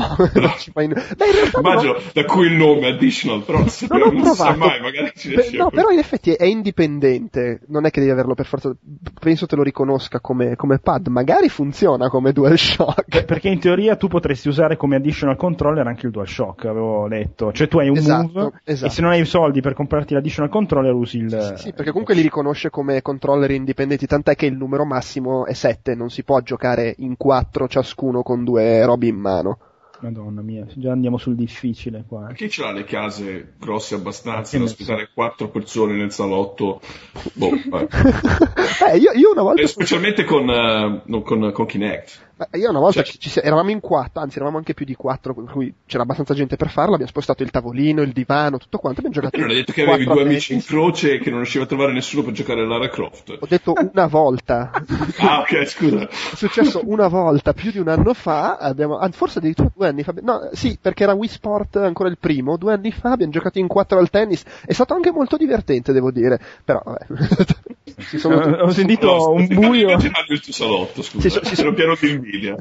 Immagino da cui il nome additional, però non sa mai, magari ci riesci. No, però in effetti è indipendente, non è che devi averlo per forza, penso te lo riconosca come pad, magari funziona come DualShock. Perché in teoria tu potresti usare come additional controller anche il DualShock, avevo letto. Cioè tu hai un Move e se non hai i soldi per comprarti l'additional controller usi il... Sì, perché comunque li riconosce come controller indipendenti, tant'è che il numero massimo è 7, non si può giocare in 4 ciascuno con 2 robe in mano. Madonna mia, già andiamo sul difficile qua. Chi ce l'ha le case grosse abbastanza da ospitare 4 persone nel salotto? Io una volta... specialmente con Kinect. Io una volta eravamo in 4, anzi eravamo anche più di 4, per cui c'era abbastanza gente per farlo, abbiamo spostato il tavolino, il divano, tutto quanto, abbiamo giocato. Non hai detto che avevi 2 amici in croce e che non riusciva a trovare nessuno per giocare a Lara Croft? Ho detto una volta. Ah, ok, scusa. È successo una volta, più di un anno fa, forse addirittura 2 anni fa, no, sì, perché era Wii Sport ancora il primo, 2 anni fa abbiamo giocato in 4 al tennis, è stato anche molto divertente, devo dire, però vabbè. Ho sentito un buio. Immaginario il tuo salotto, scusa. Sono pieno di invidia.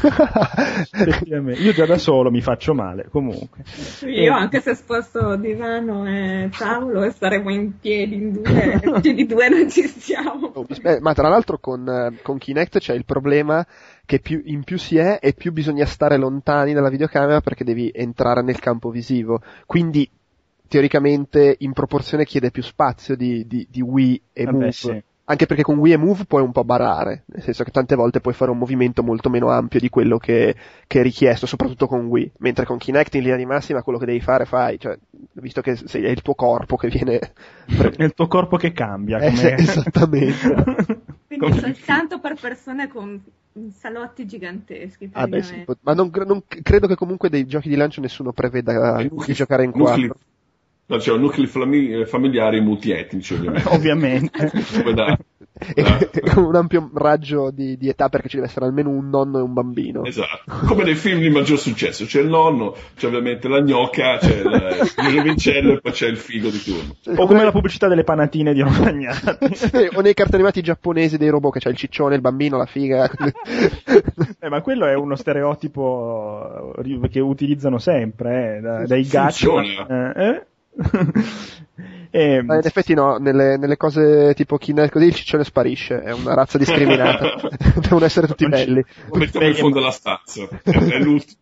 Io già da solo mi faccio male, comunque. Io anche se sposto divano e tavolo e staremo in piedi in due, più di due non ci stiamo. Ma tra l'altro con Kinect c'è il problema che in più si è e più bisogna stare lontani dalla videocamera perché devi entrare nel campo visivo. Quindi teoricamente in proporzione chiede più spazio di Wii e Move. Sì. Anche perché con Wii e Move puoi un po' barare, nel senso che tante volte puoi fare un movimento molto meno ampio di quello che è richiesto, soprattutto con Wii, mentre con Kinect in linea di massima quello che devi fare fai, cioè, visto che è il tuo corpo che viene... È il tuo corpo che cambia. Esattamente. Quindi soltanto per persone con salotti giganteschi. Sì, ma non credo che comunque dei giochi di lancio nessuno preveda di giocare in 4. C'è nuclei familiari multietnici, ovviamente. Con un ampio raggio di età, perché ci deve essere almeno un nonno e un bambino. Esatto, come nei film di maggior successo, c'è il nonno, c'è ovviamente la gnocca, c'è il giovincello e poi c'è il figo di turno. O come la pubblicità delle panatine di Romagnati. O nei cartoni animati giapponesi dei robot, che c'è il ciccione, il bambino, la figa. Ma quello è uno stereotipo che utilizzano sempre, dai gadget. In effetti no, nelle cose tipo Kinect così il ciccione sparisce, è una razza discriminata. Devono essere tutti belli. Lo mettiamo in fondo alla stanza, è l'ultimo.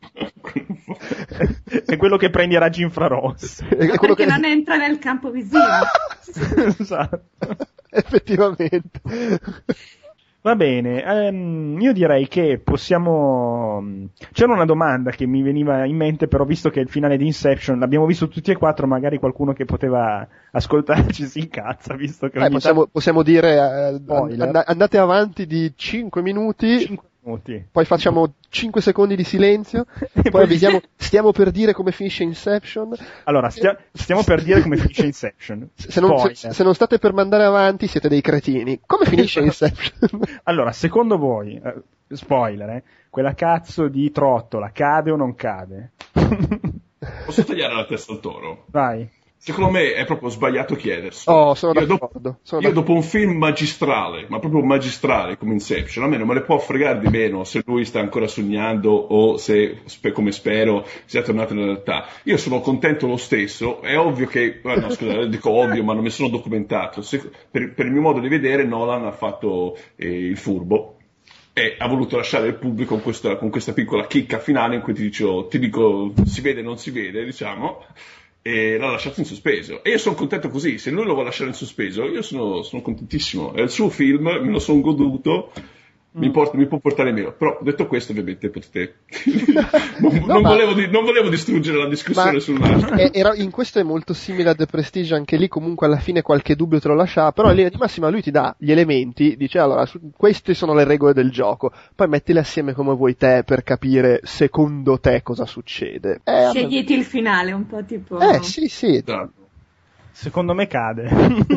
È quello che prende i raggi infrarossi. È quello che non entra nel campo visivo. Esatto. Effettivamente. Va bene, io direi che possiamo... C'era una domanda che mi veniva in mente, però visto che è il finale di Inception l'abbiamo visto tutti e quattro, magari qualcuno che poteva ascoltarci si incazza, visto che... Possiamo dire, andate avanti di 5 minuti. Poi facciamo 5 secondi di silenzio, poi avvisiamo, stiamo per dire come finisce Inception. Allora, stiamo per dire come finisce Inception. Se non state per mandare avanti siete dei cretini. Come finisce Inception? Allora, secondo voi, spoiler, quella cazzo di trottola cade o non cade? Posso tagliare la testa al toro? Vai. Secondo me è proprio sbagliato chiedersi. Sono d'accordo. Io dopo un film magistrale, ma proprio magistrale come Inception, a me non me ne può fregare di meno se lui sta ancora sognando o se, come spero, sia tornato nella realtà. Io sono contento lo stesso, è ovvio che, dico ovvio, ma non mi sono documentato. Per il mio modo di vedere Nolan ha fatto il furbo e ha voluto lasciare il pubblico con questa piccola chicca finale in cui ti dico si vede non si vede, diciamo, e l'ha lasciato in sospeso. E io sono contento così, se lui lo vuole lasciare in sospeso, io sono contentissimo. È il suo film, me lo sono goduto, mi può portare meno. Però detto questo, ovviamente potete... non volevo distruggere la discussione sul Nash. In questo è molto simile a The Prestige, anche lì comunque alla fine qualche dubbio te lo lasciava, però in linea di massima lui ti dà gli elementi, dice allora queste sono le regole del gioco, poi mettile assieme come vuoi te per capire secondo te cosa succede. Scegliti il finale, un po' tipo... sì. Secondo me cade.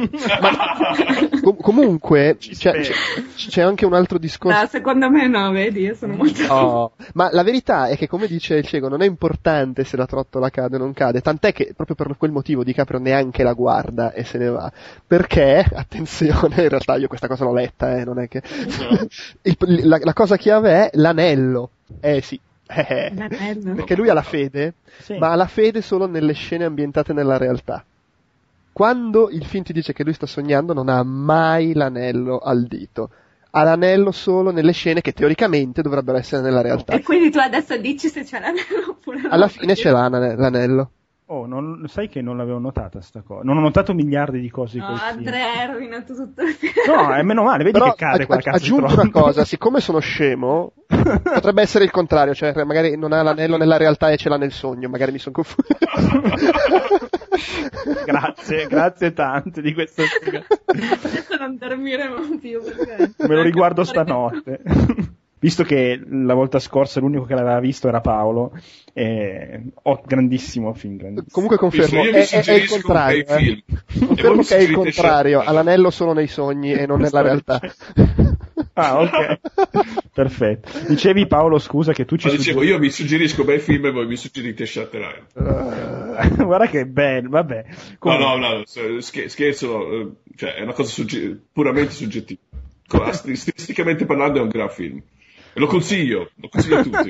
Comunque c'è anche un altro discorso. No, secondo me no, vedi, io sono molto... ma la verità è che, come dice il cieco, non è importante se la trottola cade o non cade, tant'è che proprio per quel motivo DiCaprio neanche la guarda e se ne va. Perché, attenzione, in realtà io questa cosa l'ho letta, non è che... la cosa chiave è l'anello. Sì. Perché lui ha la fede, ma ha la fede solo nelle scene ambientate nella realtà. Quando il film ti dice che lui sta sognando, non ha mai l'anello al dito. Ha l'anello solo nelle scene che teoricamente dovrebbero essere nella realtà. E quindi tu adesso dici se c'è l'anello oppure no? Alla fine ce l'ha l'anello. Sai che non l'avevo notata sta cosa. Non ho notato miliardi di cose. Andrea, hai rovinato tutto il film. No, è meno male, vedi. Però che cade quella cazzo di aggiungo una cosa, siccome sono scemo, potrebbe essere il contrario, cioè magari non ha l'anello nella realtà e ce l'ha nel sogno, magari mi sono confuso. Grazie tante di questo. Adesso non dormiremo più perché... Me lo riguardo stanotte. Visto che la volta scorsa l'unico che l'aveva visto era Paolo, grandissimo film, grandissimo. Comunque confermo, è il contrario. Confermo che è il contrario, ha l'anello solo nei sogni e non nella realtà. Ah, ok. Perfetto. Dicevi, Paolo, scusa, che tu ci dicevo, io vi suggerisco bei film e voi mi suggerite Shutter Island. Guarda che bello, vabbè. No, scherzo, cioè è una cosa puramente soggettiva. Stilisticamente parlando è un gran film. E lo consiglio a tutti.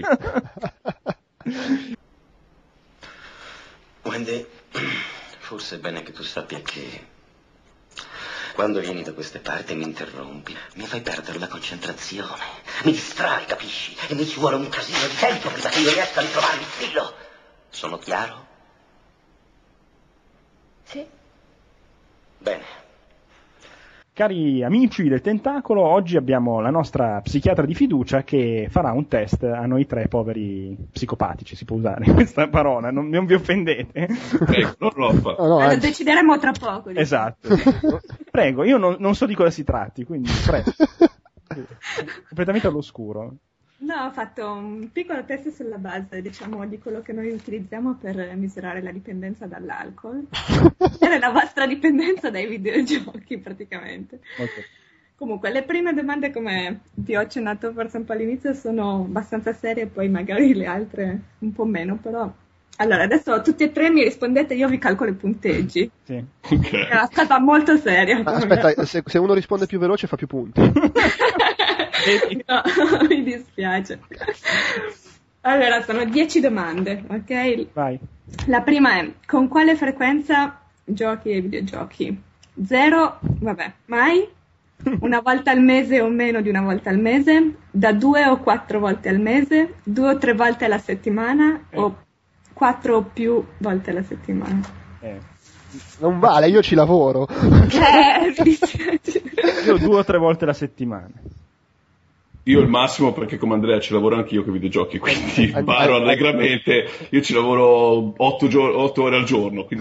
Wendy, forse è bene che tu sappia che quando vieni da queste parti mi interrompi, mi fai perdere la concentrazione, mi distrai, capisci? E mi ci vuole un casino di tempo prima che io riesca a ritrovare il filo. Sono chiaro? Sì. Bene. Cari amici del Tentacolo, oggi abbiamo la nostra psichiatra di fiducia che farà un test a noi tre poveri psicopatici, si può usare questa parola, non vi offendete. Non lo fa. Lo decideremo tra poco. Diciamo. Esatto. Prego, io non so di cosa si tratti, quindi prego. Completamente all'oscuro. No, ho fatto un piccolo test sulla base, diciamo, di quello che noi utilizziamo per misurare la dipendenza dall'alcol e la vostra dipendenza dai videogiochi, praticamente. Okay. Comunque, le prime domande, come ti ho accennato forse un po' all'inizio, sono abbastanza serie, poi magari le altre un po' meno, però... Allora, adesso tutti e tre mi rispondete, io vi calcolo i punteggi. Sì. Okay. È una stata molto seria. Aspetta, se uno risponde più veloce fa più punti. No, mi dispiace. Allora, sono 10 domande, ok? Vai. La prima è: con quale frequenza giochi ai videogiochi? 0, vabbè, mai? Una volta al mese o meno di una volta al mese? Da 2 o 4 volte al mese? 2 o 3 volte alla settimana? O 4 o più volte alla settimana? Non vale, io ci lavoro. Mi dispiace. Io 2 o 3 volte alla settimana. Io il massimo, perché come Andrea ci lavoro anche io con i videogiochi, quindi imparo allegramente. Io ci lavoro 8 ore al giorno. Quindi...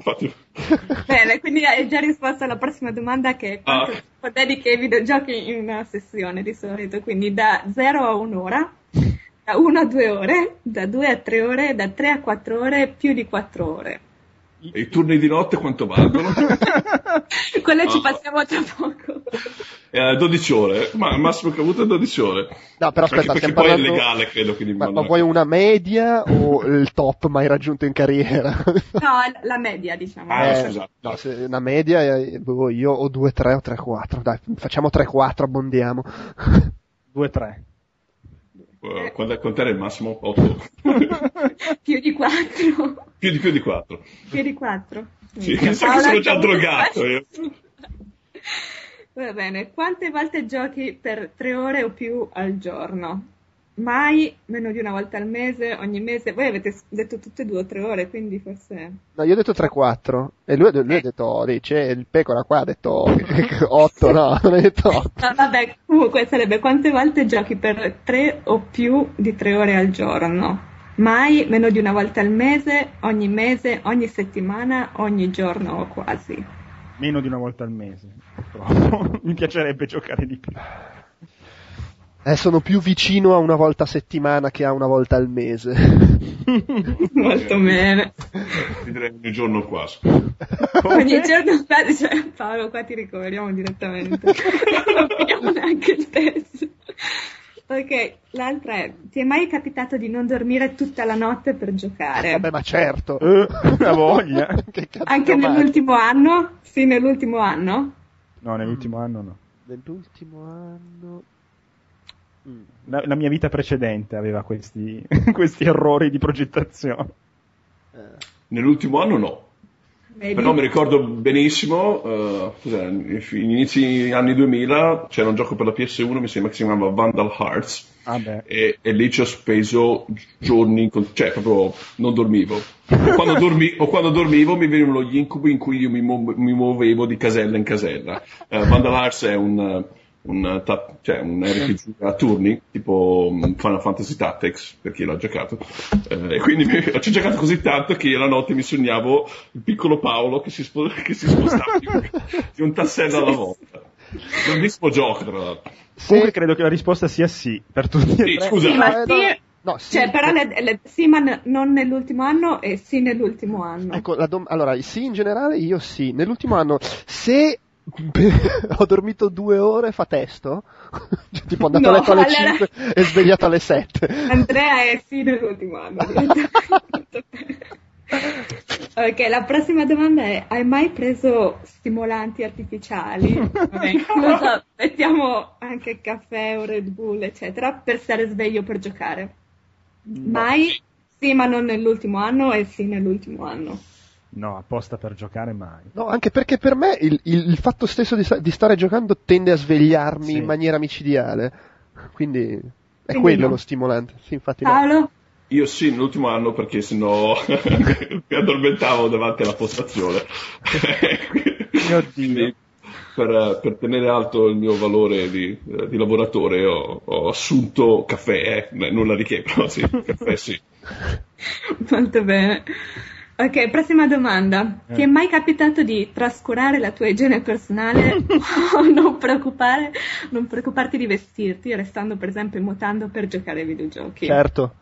Bene, quindi hai già risposto alla prossima domanda, che è quanto tempo dedichi ai videogiochi in una sessione di solito. Quindi da 0 a 1 ora, da 1 a 2 ore, da 2 a 3 ore, da 3 a 4 ore, più di 4 ore. E i turni di notte quanto valgono? Quello ci passiamo tra poco. 12 ore, ma il massimo che ho avuto è 12 ore. No, però aspetta, perché poi è legale, credo che ma vuoi una media o il top mai raggiunto in carriera? No, la media, diciamo. Scusate. No, se una media io o 2-3 o 3-4. Dai, facciamo 3-4, abbondiamo. 2-3. Quant'era il massimo? 8. Più di 4. Più di 4. Più di 4. Sì, sa che sono già drogato io. Va bene, quante volte giochi per 3 ore o più al giorno? Mai, meno di una volta al mese, ogni mese? Voi avete detto tutte 2 o 3 ore, quindi forse... No, io ho detto 3-4 e lui ha detto, dice, il pecora qua ha detto 8, no, non hai detto 8. No, vabbè, comunque sarebbe: quante volte giochi per 3 o più di 3 ore al giorno? Mai, meno di una volta al mese, ogni settimana, ogni giorno o quasi? Meno di una volta al mese, purtroppo. Mi piacerebbe giocare di più. Sono più vicino a una volta a settimana che a una volta al mese. Molto bene. Ti direi ogni giorno quasi. Ogni giorno quasi, cioè, Paolo, qua ti ricoveriamo direttamente. Non finiamo neanche il test. Ok, l'altra è: ti è mai capitato di non dormire tutta la notte per giocare? Vabbè, ma certo. Una voglia. Anche nell'ultimo anno? Sì, nell'ultimo anno? No, nell'ultimo anno no. Nell'ultimo anno... La mia vita precedente aveva questi errori di progettazione. Nell'ultimo anno no. Vedi? Però mi ricordo benissimo, inizi anni 2000 c'era un gioco per la PS1, mi sembra che si chiamava Vandal Hearts. E lì ci ho speso giorni, cioè proprio non dormivo. O quando dormivo mi venivano gli incubi in cui io mi muovevo di casella in casella. Vandal Hearts è un RPG a turni, tipo Final Fantasy Tactics, per chi l'ha giocato. E quindi ci ho giocato così tanto che io la notte mi sognavo il piccolo Paolo che si spostava di un tassello alla volta. Grandissimo gioco, tra l'altro. Comunque credo che la risposta sia sì, per tutti e tre. Scusa. Sì, ma sì, no, sì, cioè, però sì, ma non nell'ultimo anno e sì nell'ultimo anno. Ecco, allora, sì in generale, io sì. Nell'ultimo anno, se Ho dormito 2 ore, fa testo? Cioè, tipo andato a letto alle 5 e svegliato alle 7. Andrea è sì nell'ultimo anno. Ok, la prossima domanda è: hai mai preso stimolanti artificiali? Vabbè, lo so, mettiamo anche caffè o Red Bull, eccetera, per stare sveglio per giocare. Mai? Sì, ma non nell'ultimo anno, e sì nell'ultimo anno. No, apposta per giocare mai. No, anche perché per me il fatto stesso di stare giocando tende a svegliarmi in maniera micidiale. Quindi è quello lo stimolante. Sì, infatti. Paolo? No. Io sì, nell'ultimo anno, perché sennò mi addormentavo davanti alla postazione. Mio Dio. Per tenere alto il mio valore di lavoratore ho assunto caffè, nulla di che, però sì, caffè sì. Molto bene. Ok, prossima domanda. Ti è mai capitato di trascurare la tua igiene personale o non preoccuparti di vestirti, restando per esempio in mutanda per giocare ai videogiochi? Certo.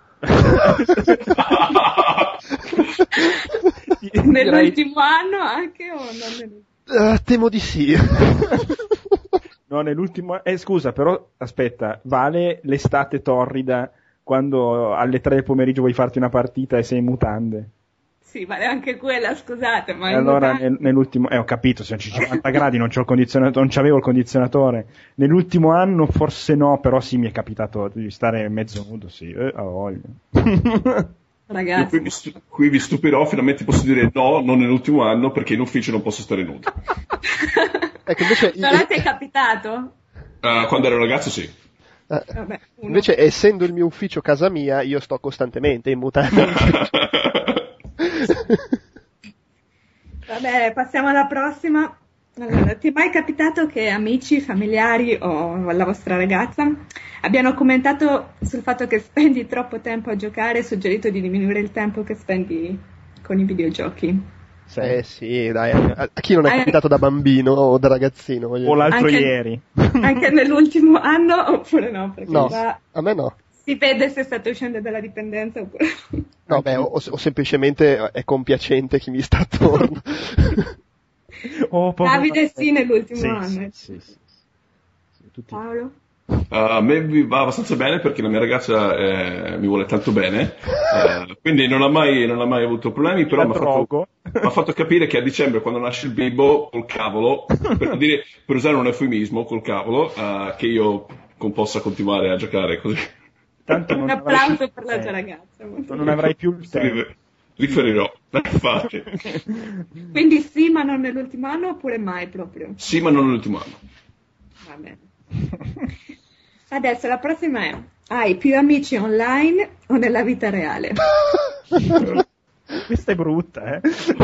Nell'ultimo anno anche o non nell'ultimo? Temo di sì. No, nell'ultimo... scusa, però, aspetta, vale l'estate torrida quando alle 3 del pomeriggio vuoi farti una partita e sei in mutande? Sì, vale anche quella, scusate, ma... Allora, nell'ultimo... ho capito, se c'è 50 gradi non c'ho il condizionatore, non c'avevo il condizionatore. Nell'ultimo anno forse no, però sì, mi è capitato di stare mezzo nudo, sì, ho voglia. Ragazzi. Io qui vi stupirò, finalmente posso dire no, non nell'ultimo anno, perché in ufficio non posso stare nudo. Ecco, invece... Non ti è capitato? Quando ero ragazzo sì. Vabbè, invece, essendo il mio ufficio casa mia, io sto costantemente in mutanda. Vabbè, passiamo alla prossima. Allora, ti è mai capitato che amici, familiari o la vostra ragazza abbiano commentato sul fatto che spendi troppo tempo a giocare e suggerito di diminuire il tempo che spendi con i videogiochi? Sì, dai, a chi non è capitato da bambino o da ragazzino? O l'altro ieri. Anche nell'ultimo anno oppure no? Perché no, a me no. Si vede se state uscendo dalla dipendenza oppure... No, beh, o semplicemente è compiacente chi mi sta attorno. Davide sì nell'ultimo anno. Sì. Paolo? A me va abbastanza bene perché la mia ragazza mi vuole tanto bene, quindi non ha mai avuto problemi, però mi ha fatto capire che a dicembre, quando nasce il bimbo, col cavolo, per usare un eufemismo, col cavolo, che io possa continuare a giocare così. Tanto un applauso per la tua ragazza. Non avrai più il tempo. Riferirò, infatti. Quindi sì, ma non nell'ultimo anno oppure mai proprio? Sì, ma non nell'ultimo anno. Va bene. Adesso la prossima è: hai più amici online o nella vita reale? Questa è brutta,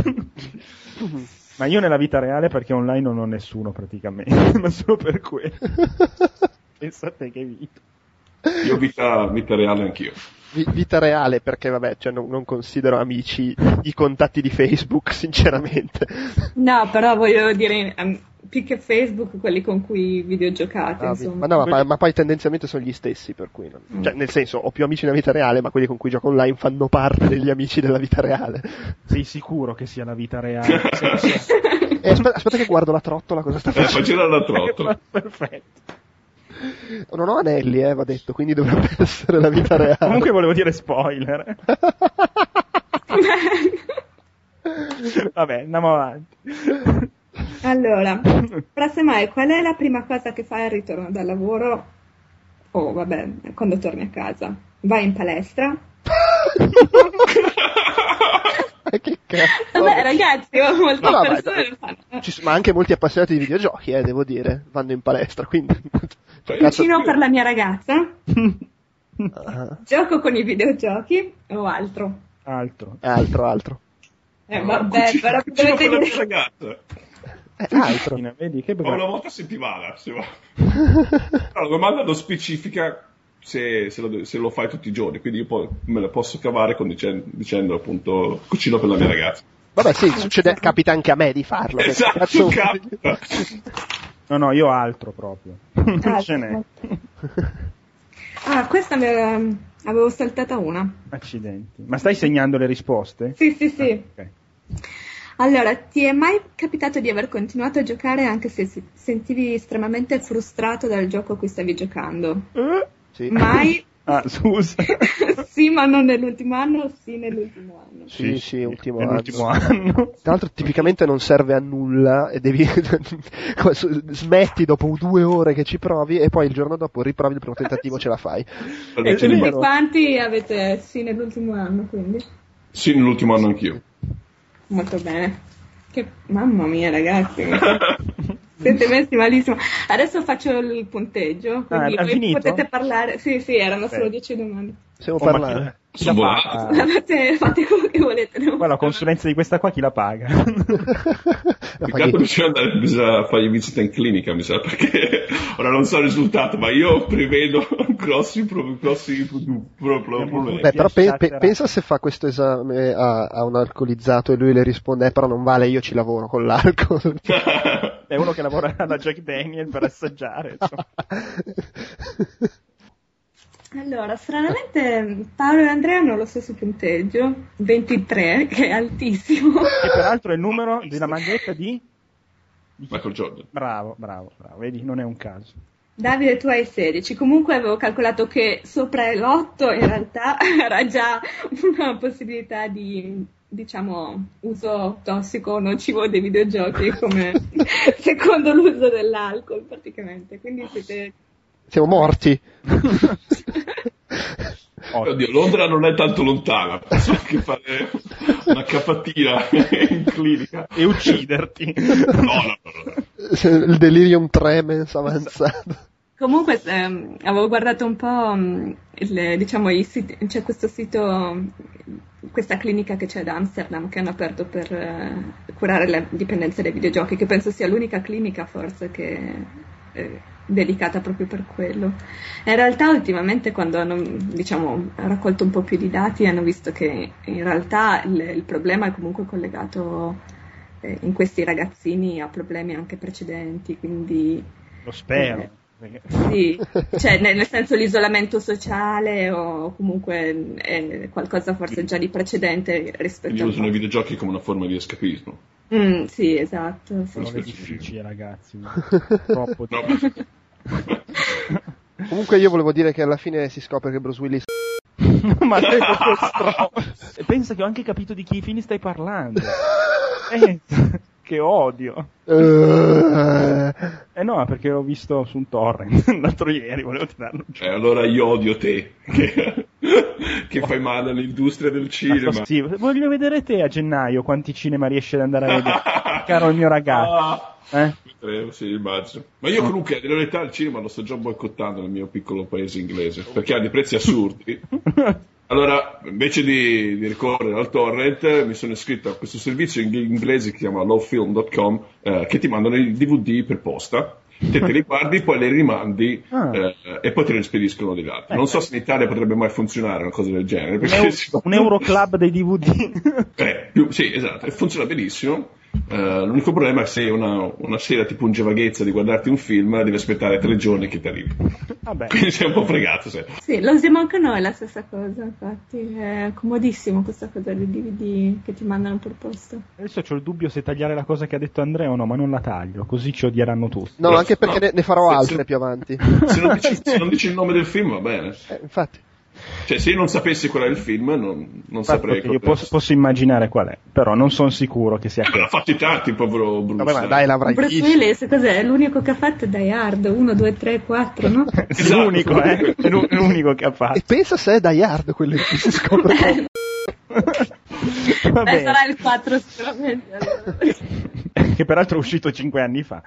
Ma io nella vita reale, perché online non ho nessuno praticamente, ma solo per quello. Pensate che vita. Io vita reale anch'io. Vita reale, perché vabbè, cioè non considero amici i contatti di Facebook, sinceramente. No, però voglio dire, più che Facebook, quelli con cui videogiocate, insomma. Ma no, ma poi tendenzialmente sono gli stessi, per cui cioè, nel senso, ho più amici nella vita reale, ma quelli con cui gioco online fanno parte degli amici della vita reale. Sei sicuro che sia la vita reale? Aspetta che guardo la trottola, cosa sta facendo? Fa girare la trottola. Perfetto. Non ho anelli, va detto, quindi dovrebbe essere la vita reale. Comunque volevo dire spoiler. Vabbè, andiamo avanti. Allora, prossima è: qual è la prima cosa che fai al ritorno dal lavoro? O vabbè, quando torni a casa? Vai in palestra? Che cazzo? Vabbè, ragazzi, molte persone lo fanno. Ma anche molti appassionati di videogiochi, devo dire, vanno in palestra, quindi... Cucino per la mia ragazza? Gioco con i videogiochi o altro? Altro. Vabbè, però cucino per la mia ragazza. Altro. Vedi che una volta a settimana, se va. La domanda non specifica se lo fai tutti i giorni, quindi io poi me la posso cavare dicendo appunto cucino per la mia ragazza. Vabbè, sì, capita anche a me di farlo. Esatto, capita. No, io altro proprio. Non ce n'è. Questa avevo saltata una. Accidenti. Ma stai segnando le risposte? Sì. Okay. Allora, ti è mai capitato di aver continuato a giocare anche se sentivi estremamente frustrato dal gioco a cui stavi giocando? Sì. Mai? Ah, scusa. Sì, ma non nell'ultimo anno, sì, nell'ultimo anno. Sì, ultimo anno. Tra l'altro tipicamente non serve a nulla e devi smetti dopo 2 ore che ci provi e poi il giorno dopo riprovi il primo tentativo, ce la fai. E quanti avete sì nell'ultimo anno, quindi? Sì, nell'ultimo anno anch'io. Molto bene. Mamma mia, ragazzi. Siete messi malissimo. Adesso faccio il punteggio, quindi voi potete parlare. Sì, erano solo 10 domande. Possiamo parlare. Fate quello che volete. Guarda, la consulenza di questa qua chi la paga? Bisogna fargli visita in clinica, mi sa, perché ora non so il risultato, ma io prevedo grossi problemi. Beh, però pensa se fa questo esame a un alcolizzato e lui le risponde però non vale, io ci lavoro con l'alcol. È uno che lavora alla Jack Daniel per assaggiare. Allora, stranamente Paolo e Andrea hanno lo stesso punteggio, 23, che è altissimo. E peraltro è il numero della maglietta di Michael Jordan. Bravo, vedi, non è un caso. Davide, tu hai 16, comunque avevo calcolato che sopra l'8 in realtà era già una possibilità di, diciamo, uso tossico o nocivo dei videogiochi come secondo l'uso dell'alcol praticamente, quindi siamo morti. Oddio, Londra non è tanto lontana, posso anche fare una capatina in clinica e ucciderti. No. Il delirium tremens avanzato. Comunque avevo guardato un po' diciamo i siti, c'è questo sito, questa clinica che c'è ad Amsterdam che hanno aperto per curare la dipendenza dai videogiochi, che penso sia l'unica clinica forse che dedicata proprio per quello. In realtà ultimamente quando hanno, diciamo, raccolto un po' più di dati hanno visto che in realtà il problema è comunque collegato in questi ragazzini a problemi anche precedenti, quindi lo spero. Sì, cioè nel senso l'isolamento sociale o comunque è qualcosa forse già di precedente rispetto a... usano i videogiochi come una forma di escapismo. Sì, esatto. Sono difficili, ragazzi. Troppo. Comunque io volevo dire che alla fine si scopre che Bruce Willis ma sei proprio stronzo. Pensa che ho anche capito di chi fini stai parlando. Che odio. No, perché l'ho visto su un torrent l'altro ieri, volevo tirarlo giù. Allora io odio te, che fai male all'industria del cinema. Sì, voglio vedere te a gennaio quanti cinema riesci ad andare a vedere, caro il mio ragazzo. Sì, immagino. Ma io comunque, in realtà, il cinema lo sto già boicottando nel mio piccolo paese inglese, perché ha dei prezzi assurdi. Allora, invece di ricorrere al torrent, mi sono iscritto a questo servizio in inglese che si chiama lowfilm.com, che ti mandano i DVD per posta. Te li guardi, poi le rimandi e poi te ne spediscono degli altri. Non so se in Italia potrebbe mai funzionare una cosa del genere. Perché un Euroclub dei DVD. Sì, esatto, funziona benissimo. L'unico problema è che se una sera ti punge vaghezza di guardarti un film, devi aspettare 3 giorni che ti arrivi. Vabbè. Quindi sei un po' fregato. Sì, lo usiamo anche noi la stessa cosa, infatti è comodissimo questa cosa dei DVD che ti mandano per posta. Adesso c'ho il dubbio se tagliare la cosa che ha detto Andrea o no, ma non la taglio, così ci odieranno tutti. No, anche perché ne farò altre più avanti. Se non dici il nome del film va bene. Infatti. Cioè, se io non sapessi qual è il film, non saprei. Io posso immaginare qual è, però non sono sicuro che sia quello. L'ha fatti tanti, povero Bruce. Vabbè, ma dai, l'avrai Bruce visto. Willis, cos'è? L'unico che ha fatto è Die Hard, 1, 2, 3, 4, no? Esatto. L'unico, è l'unico che ha fatto. E pensa se è Die Hard quello che si scopre. Sarà il 4 sicuramente. Allora. Che peraltro è uscito 5 anni fa.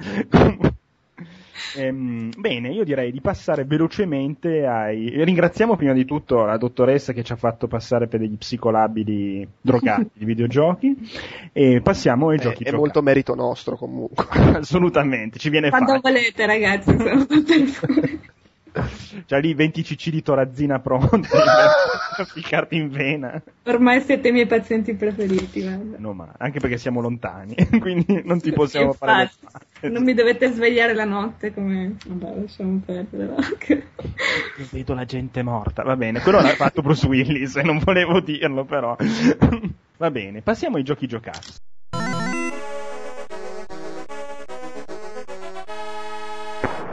Bene, io direi di passare velocemente ringraziamo prima di tutto la dottoressa che ci ha fatto passare per degli psicolabili drogati di videogiochi e passiamo ai giochi giocati. È molto merito nostro comunque. Assolutamente, ci viene quando volete ragazzi, sono contento. C'ha lì 20 cc di torazzina pronti per ficcarti in vena. Ormai siete i miei pazienti preferiti, guarda. No, ma anche perché siamo lontani, quindi non ti possiamo fare. Non mi dovete svegliare la notte come. Vabbè, lasciamo perdere. Vedo la gente morta, va bene. Quello l'ha fatto Bruce Willis, non volevo dirlo, però. Va bene, passiamo ai giochi giocati.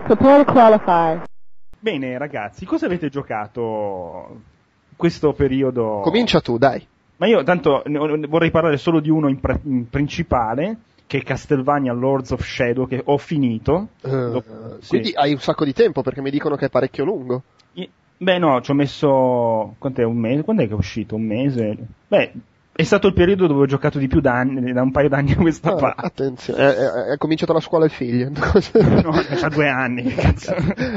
Prepare to qualify. Bene ragazzi, cosa avete giocato questo periodo? Comincia tu, dai. Ma io tanto vorrei parlare solo di uno in principale, che è Castlevania Lords of Shadow, che ho finito. Quindi hai un sacco di tempo, perché mi dicono che è parecchio lungo. Beh no, ci ho messo... Quant'è, un mese? Quando è che è uscito? Un mese? Beh, è stato il periodo dove ho giocato di più da un paio d'anni a questa parte. Attenzione, è cominciato la scuola il figlio. No, c'ha 2 anni, che cazzo.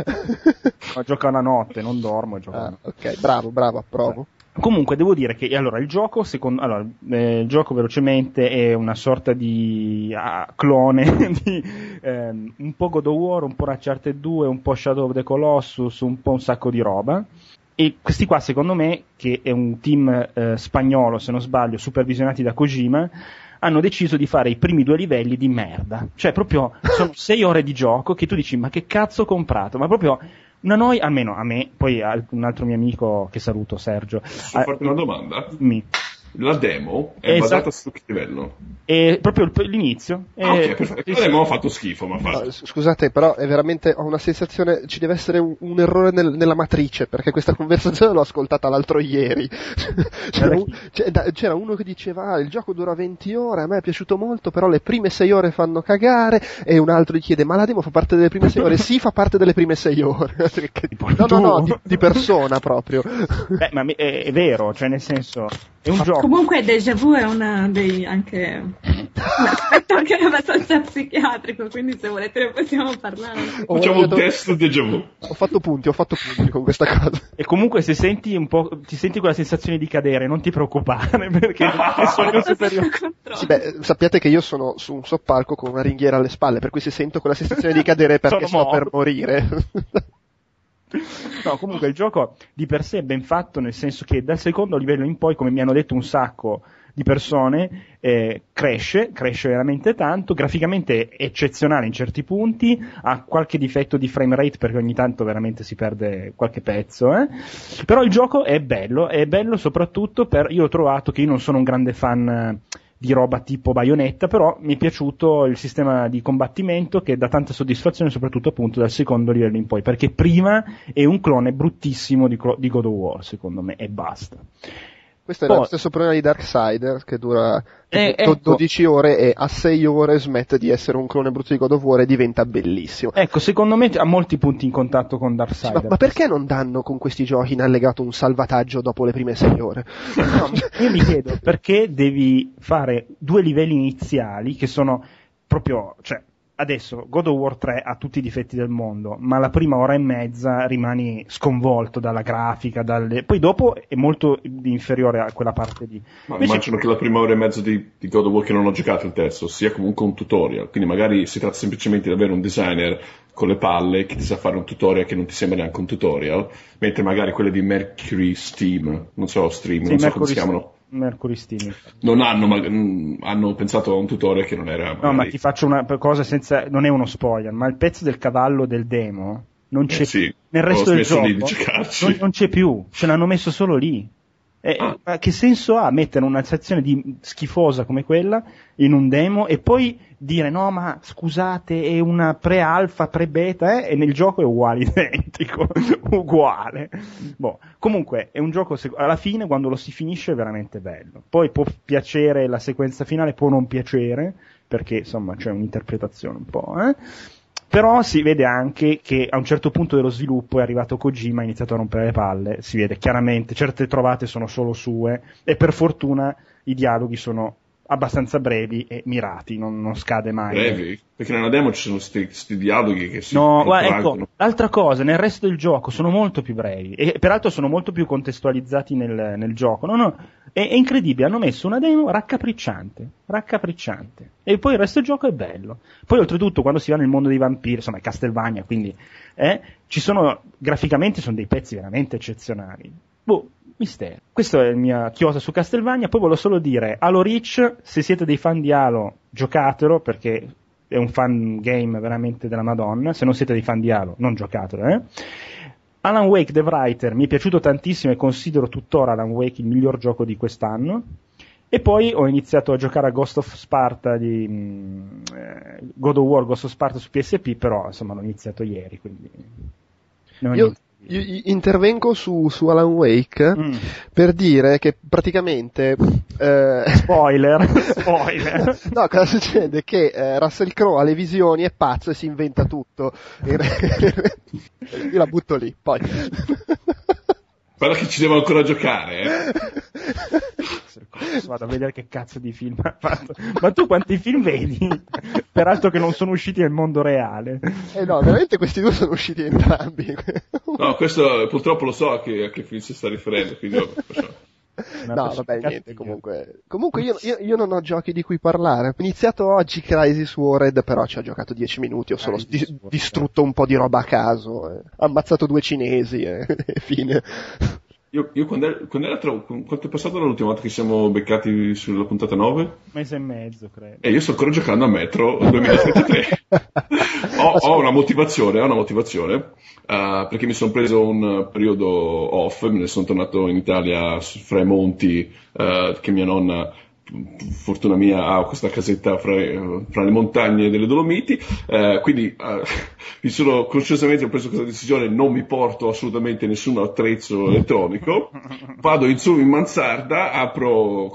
Gioco la notte, non dormo. Ok, bravo, approvo. Comunque devo dire che allora il gioco il gioco velocemente è una sorta di clone di un po' God of War, un po' Uncharted 2, un po' Shadow of the Colossus, un po' un sacco di roba. E questi qua, secondo me, che è un team spagnolo, se non sbaglio, supervisionati da Kojima, hanno deciso di fare i primi 2 livelli di merda. Cioè proprio sono 6 ore di gioco che tu dici ma che cazzo ho comprato? Ma proprio una noia, almeno a me, poi un altro mio amico che saluto, Sergio. Posso farti una domanda? La demo è basata su che livello? È proprio l'inizio. Ok, perfetto. La demo ha fatto schifo, ma fa. Scusate, però è veramente, ho una sensazione, ci deve essere un errore nella matrice, perché questa conversazione l'ho ascoltata l'altro ieri. C'era uno che diceva, il gioco dura 20 ore, a me è piaciuto molto, però le prime 6 ore fanno cagare, e un altro gli chiede, ma la demo fa parte delle prime 6 ore? Sì, fa parte delle prime 6 ore. No, di persona proprio. Beh, ma è vero, cioè nel senso, è un gioco. Comunque Déjà Vu è anche un aspetto che è abbastanza psichiatrico, quindi se volete ne possiamo parlare. Facciamo un test su Déjà Vu. Ho fatto punti con questa cosa. E comunque se senti ti senti quella sensazione di cadere, non ti preoccupare, perché sono superiore. Sì, sappiate che io sono su un soppalco con una ringhiera alle spalle, per cui se sento quella sensazione di cadere perché sto per morire. No, comunque il gioco di per sé è ben fatto, nel senso che dal secondo livello in poi, come mi hanno detto un sacco di persone, cresce veramente tanto, graficamente è eccezionale in certi punti, ha qualche difetto di frame rate perché ogni tanto veramente si perde qualche pezzo, però il gioco è bello soprattutto io ho trovato che io non sono un grande fan di roba tipo Bayonetta, però mi è piaciuto il sistema di combattimento che dà tanta soddisfazione, soprattutto appunto dal secondo livello in poi, perché prima è un clone bruttissimo di God of War, secondo me, e basta. Questo è lo stesso problema di Darksiders, che dura 12 ore e a 6 ore smette di essere un clone brutto di God of War e diventa bellissimo. Ecco, secondo me ha molti punti in contatto con Darksiders. Ma perché non danno con questi giochi in allegato un salvataggio dopo le prime 6 ore? No, io mi chiedo, perché devi fare 2 livelli iniziali che sono proprio, cioè, adesso God of War 3 ha tutti i difetti del mondo, ma la prima ora e mezza rimani sconvolto dalla grafica, poi dopo è molto inferiore a quella parte di... Ma immagino che la prima ora e mezza di God of War, che non ho giocato il terzo, sia comunque un tutorial, quindi magari si tratta semplicemente di avere un designer con le palle che ti sa fare un tutorial che non ti sembra neanche un tutorial, mentre magari quelle di Mercury Steam, non so come si chiamano. Mercury Steam. Non hanno pensato a un tutorial che non era... Magari... No, ma ti faccio una cosa non è uno spoiler, ma il pezzo del cavallo del demo non c'è sì, nel resto del gioco, non c'è più, ce l'hanno messo solo lì. Ma che senso ha mettere una sezione schifosa come quella in un demo e poi dire no ma scusate è una pre-alfa, pre-beta e nel gioco è uguale, identico, uguale. Comunque è un gioco alla fine quando lo si finisce è veramente bello, poi può piacere la sequenza finale, può non piacere perché insomma c'è un'interpretazione un po', però si vede anche che a un certo punto dello sviluppo è arrivato Kojima, ha iniziato a rompere le palle, si vede chiaramente, certe trovate sono solo sue e per fortuna i dialoghi sono abbastanza brevi e mirati, non scade mai. Brevi? Perché nella demo ci sono questi dialoghi che si... No, ecco, l'altra cosa, nel resto del gioco sono molto più brevi e peraltro sono molto più contestualizzati nel gioco. No, è incredibile, hanno messo una demo raccapricciante e poi il resto del gioco è bello. Poi oltretutto quando si va nel mondo dei vampiri, insomma è Castlevania, quindi graficamente sono dei pezzi veramente eccezionali. Mistero. Questa è la mia chiosa su Castlevania. Poi volevo solo dire, Halo Reach, se siete dei fan di Halo, giocatelo, perché è un fan game veramente della Madonna. Se non siete dei fan di Halo, non giocatelo. Alan Wake The Writer mi è piaciuto tantissimo e considero tuttora Alan Wake il miglior gioco di quest'anno. E poi ho iniziato a giocare a Ghost of Sparta di God of War Ghost of Sparta su PSP, però insomma l'ho iniziato ieri, quindi io intervengo su Alan Wake per dire che praticamente spoiler no, cosa succede? Che Russell Crowe ha le visioni, è pazzo e si inventa tutto. Io la butto lì, poi guarda che ci devo ancora giocare, Vado a vedere che cazzo di film ha fatto. Ma tu quanti film vedi? Peraltro che non sono usciti nel mondo reale. No, veramente questi due sono usciti entrambi. No, questo purtroppo lo so a che film si sta riferendo, quindi no, vabbè, niente, comunque io non ho giochi di cui parlare. Ho iniziato oggi Crisis Warred, però ci ho giocato 10 minuti, ho solo distrutto un po' di roba a caso, ho ammazzato 2 cinesi e fine. Io quando è passato l'ultima volta che siamo beccati sulla puntata 9? Un mese e mezzo, credo. E io sto ancora giocando a Metro 2033. ho una motivazione, perché mi sono preso un periodo off, me ne sono tornato in Italia fra i monti, che mia nonna, fortuna mia, ha questa casetta fra le montagne delle Dolomiti, quindi mi sono consciosamente preso questa decisione: non mi porto assolutamente nessun attrezzo elettronico, vado in su in mansarda, apro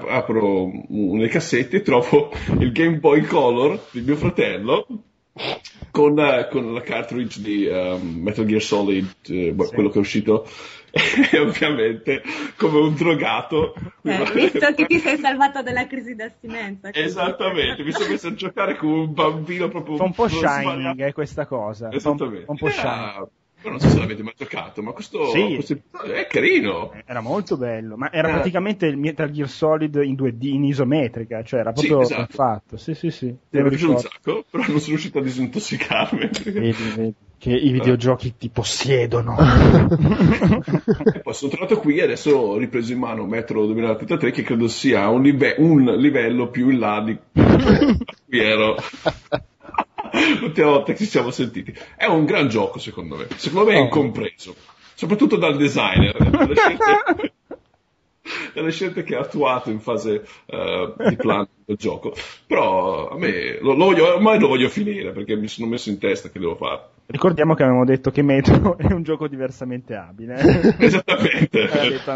le cassette e trovo il Game Boy Color di mio fratello con la cartridge di Metal Gear Solid, quello che è uscito. E ovviamente come un drogato visto che ti sei salvato dalla crisi d'astinenza, esattamente, mi sono messo a giocare come un bambino proprio un po' Shining questa cosa, esattamente, un po' Shining. Non so se l'avete mai giocato, ma questo è carino, era molto bello, ma era praticamente il Metal Gear Solid in 2D, in isometrica, cioè era proprio fatto. Sì. Mi è piaciuto un sacco, però non sono riuscito a disintossicarmi. Vedi che i videogiochi ti possiedono. E poi sono tornato qui e adesso ho ripreso in mano Metro 2033, che credo sia un livello più in là di cui ero l'ultima volta che ci siamo sentiti. È un gran gioco, secondo me è incompreso, soprattutto dal designer, delle scelte che ha attuato in fase di plan del gioco. Però a me ormai lo voglio finire, perché mi sono messo in testa che devo fare. Ricordiamo che avevamo detto che Metro è un gioco diversamente abile. Esattamente.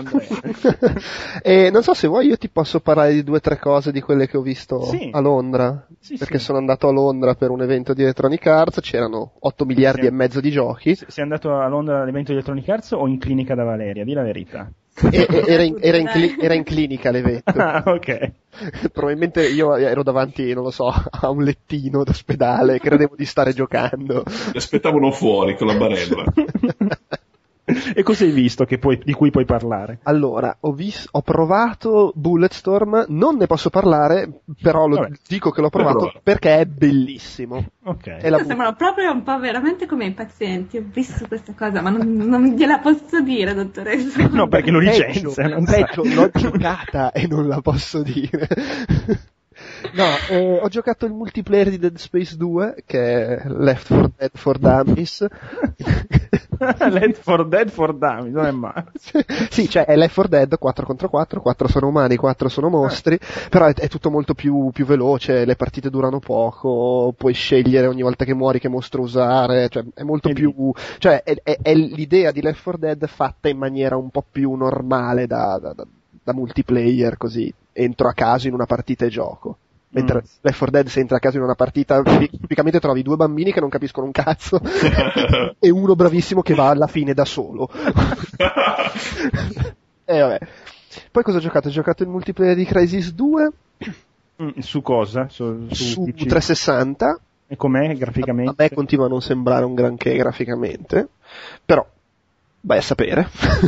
E non so se vuoi, io ti posso parlare di 2 o 3 cose di quelle che ho visto a Londra, perché sono andato a Londra per un evento di Electronic Arts, c'erano 8 miliardi e mezzo di giochi. Sei andato a Londra all'evento di Electronic Arts o in clinica da Valeria? Di la verità. Era in clinica l'evento. Ah, ok. Probabilmente io ero davanti, non lo so, a un lettino d'ospedale, credevo di stare giocando. Mi aspettavano fuori con la barella. E cosa hai visto di cui puoi parlare? Allora, ho provato Bulletstorm, non ne posso parlare, però dico che l'ho provato perché è bellissimo. Ok. Sembrano proprio un po' veramente come i pazienti. Ho visto questa cosa, ma non gliela posso dire, dottoressa. No, perché lo licenzia. L'ho giocata e non la posso dire. No, ho giocato il multiplayer di Dead Space 2, che è Left 4 Dead for Dummies. Left 4 Dead for Dummies, non è male. Sì, cioè è Left 4 Dead 4 contro 4, 4 sono umani, 4 sono mostri, però è tutto molto più veloce, le partite durano poco, puoi scegliere ogni volta che muori che mostro usare, cioè è molto più, cioè è l'idea di Left 4 Dead fatta in maniera un po' più normale da multiplayer, così entro a caso in una partita e gioco. Mentre Left 4 Dead, se entra a caso in una partita, tipicamente trovi 2 bambini che non capiscono un cazzo e uno bravissimo che va alla fine da solo. Vabbè. Poi cosa ho giocato? Ho giocato il multiplayer di Crysis 2. Su cosa? Su 360. E com'è graficamente? A me continua a non sembrare un granché graficamente, però vai a sapere.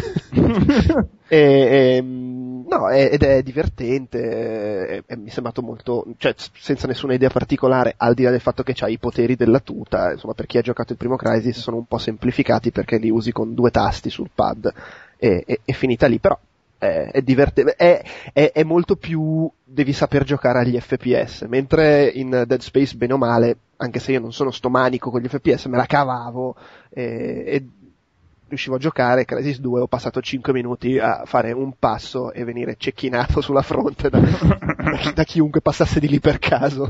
No, ed è divertente, mi è sembrato molto, cioè senza nessuna idea particolare, al di là del fatto che c'hai i poteri della tuta, insomma, per chi ha giocato il primo Crysis sono un po' semplificati perché li usi con 2 tasti sul pad e finita lì, però è divertente, è molto più, devi saper giocare agli FPS, mentre in Dead Space bene o male, anche se io non sono sto manico con gli FPS, me la cavavo e riuscivo a giocare Crysis 2, ho passato 5 minuti a fare un passo e venire cecchinato sulla fronte da chiunque passasse di lì per caso.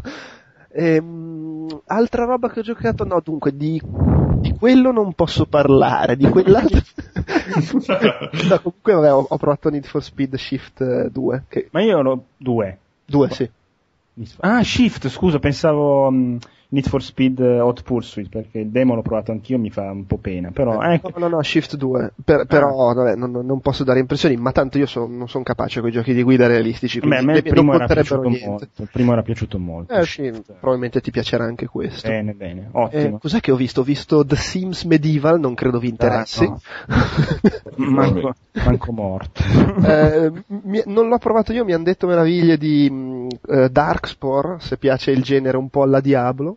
Altra roba che ho giocato, no, dunque di quello non posso parlare, di quell'altro no, comunque vabbè, ho provato Need for Speed Shift 2 che... Ma io ho 2 sì. Shift, scusa, pensavo Need for Speed Hot Pursuit, perché il demo l'ho provato anch'io, mi fa un po' pena, però... No, Shift 2, però vabbè, non posso dare impressioni, ma tanto io non sono capace con i giochi di guida realistici, quindi a me il primo era piaciuto molto. Sì, probabilmente ti piacerà anche questo. Bene, ottimo. Cos'è che ho visto? Ho visto The Sims Medieval, non credo vi interessi. No. manco morto. Non l'ho provato io, mi hanno detto meraviglie di Darkspore, se piace il genere un po' alla Diablo.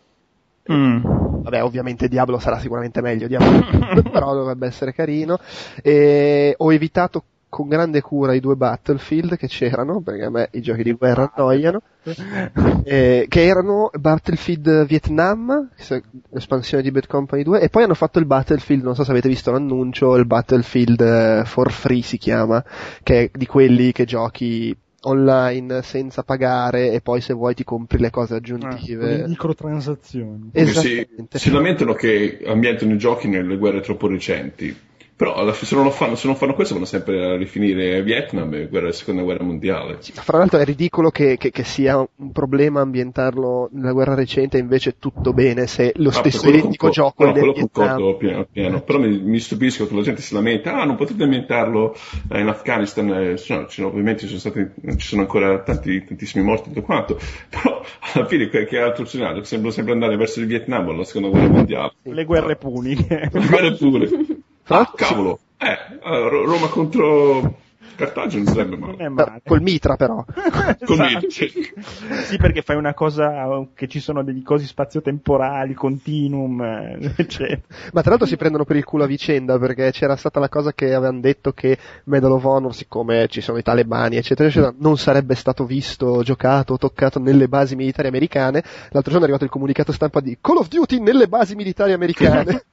Vabbè, ovviamente Diablo sarà sicuramente meglio, però dovrebbe essere carino. Ho evitato con grande cura i 2 Battlefield che c'erano, perché a me i giochi di guerra annoiano, che erano Battlefield Vietnam, l'espansione di Bad Company 2, e poi hanno fatto il Battlefield, non so se avete visto l'annuncio, il Battlefield for Free si chiama, che è di quelli che giochi online senza pagare e poi se vuoi ti compri le cose aggiuntive. Le microtransazioni. Esattamente. Si lamentano che ambientano i giochi nelle guerre troppo recenti. Però se non fanno questo vanno sempre a rifinire Vietnam e la seconda guerra mondiale. Sì, fra l'altro è ridicolo che sia un problema ambientarlo nella guerra recente e invece tutto bene se lo stesso identico gioco è nel Vietnam. Pieno. Però mi stupisco che la gente si lamenta, non potete ambientarlo in Afghanistan, ovviamente ci sono ancora tantissimi morti e tutto quanto, però alla fine che altro scenario? Sembra sempre andare verso il Vietnam o la seconda guerra mondiale. Le guerre puniche. Le guerre puniche. Cavolo, Roma contro Cartagine non sarebbe male. Col mitra però. Col mitra, sì, perché fai una cosa che ci sono degli cosi spazio-temporali, continuum, eccetera. Ma tra l'altro si prendono per il culo a vicenda, perché c'era stata la cosa che avevano detto che Medal of Honor, siccome ci sono i talebani, eccetera, eccetera, non sarebbe stato visto, giocato o toccato nelle basi militari americane. L'altro giorno è arrivato il comunicato stampa di Call of Duty nelle basi militari americane.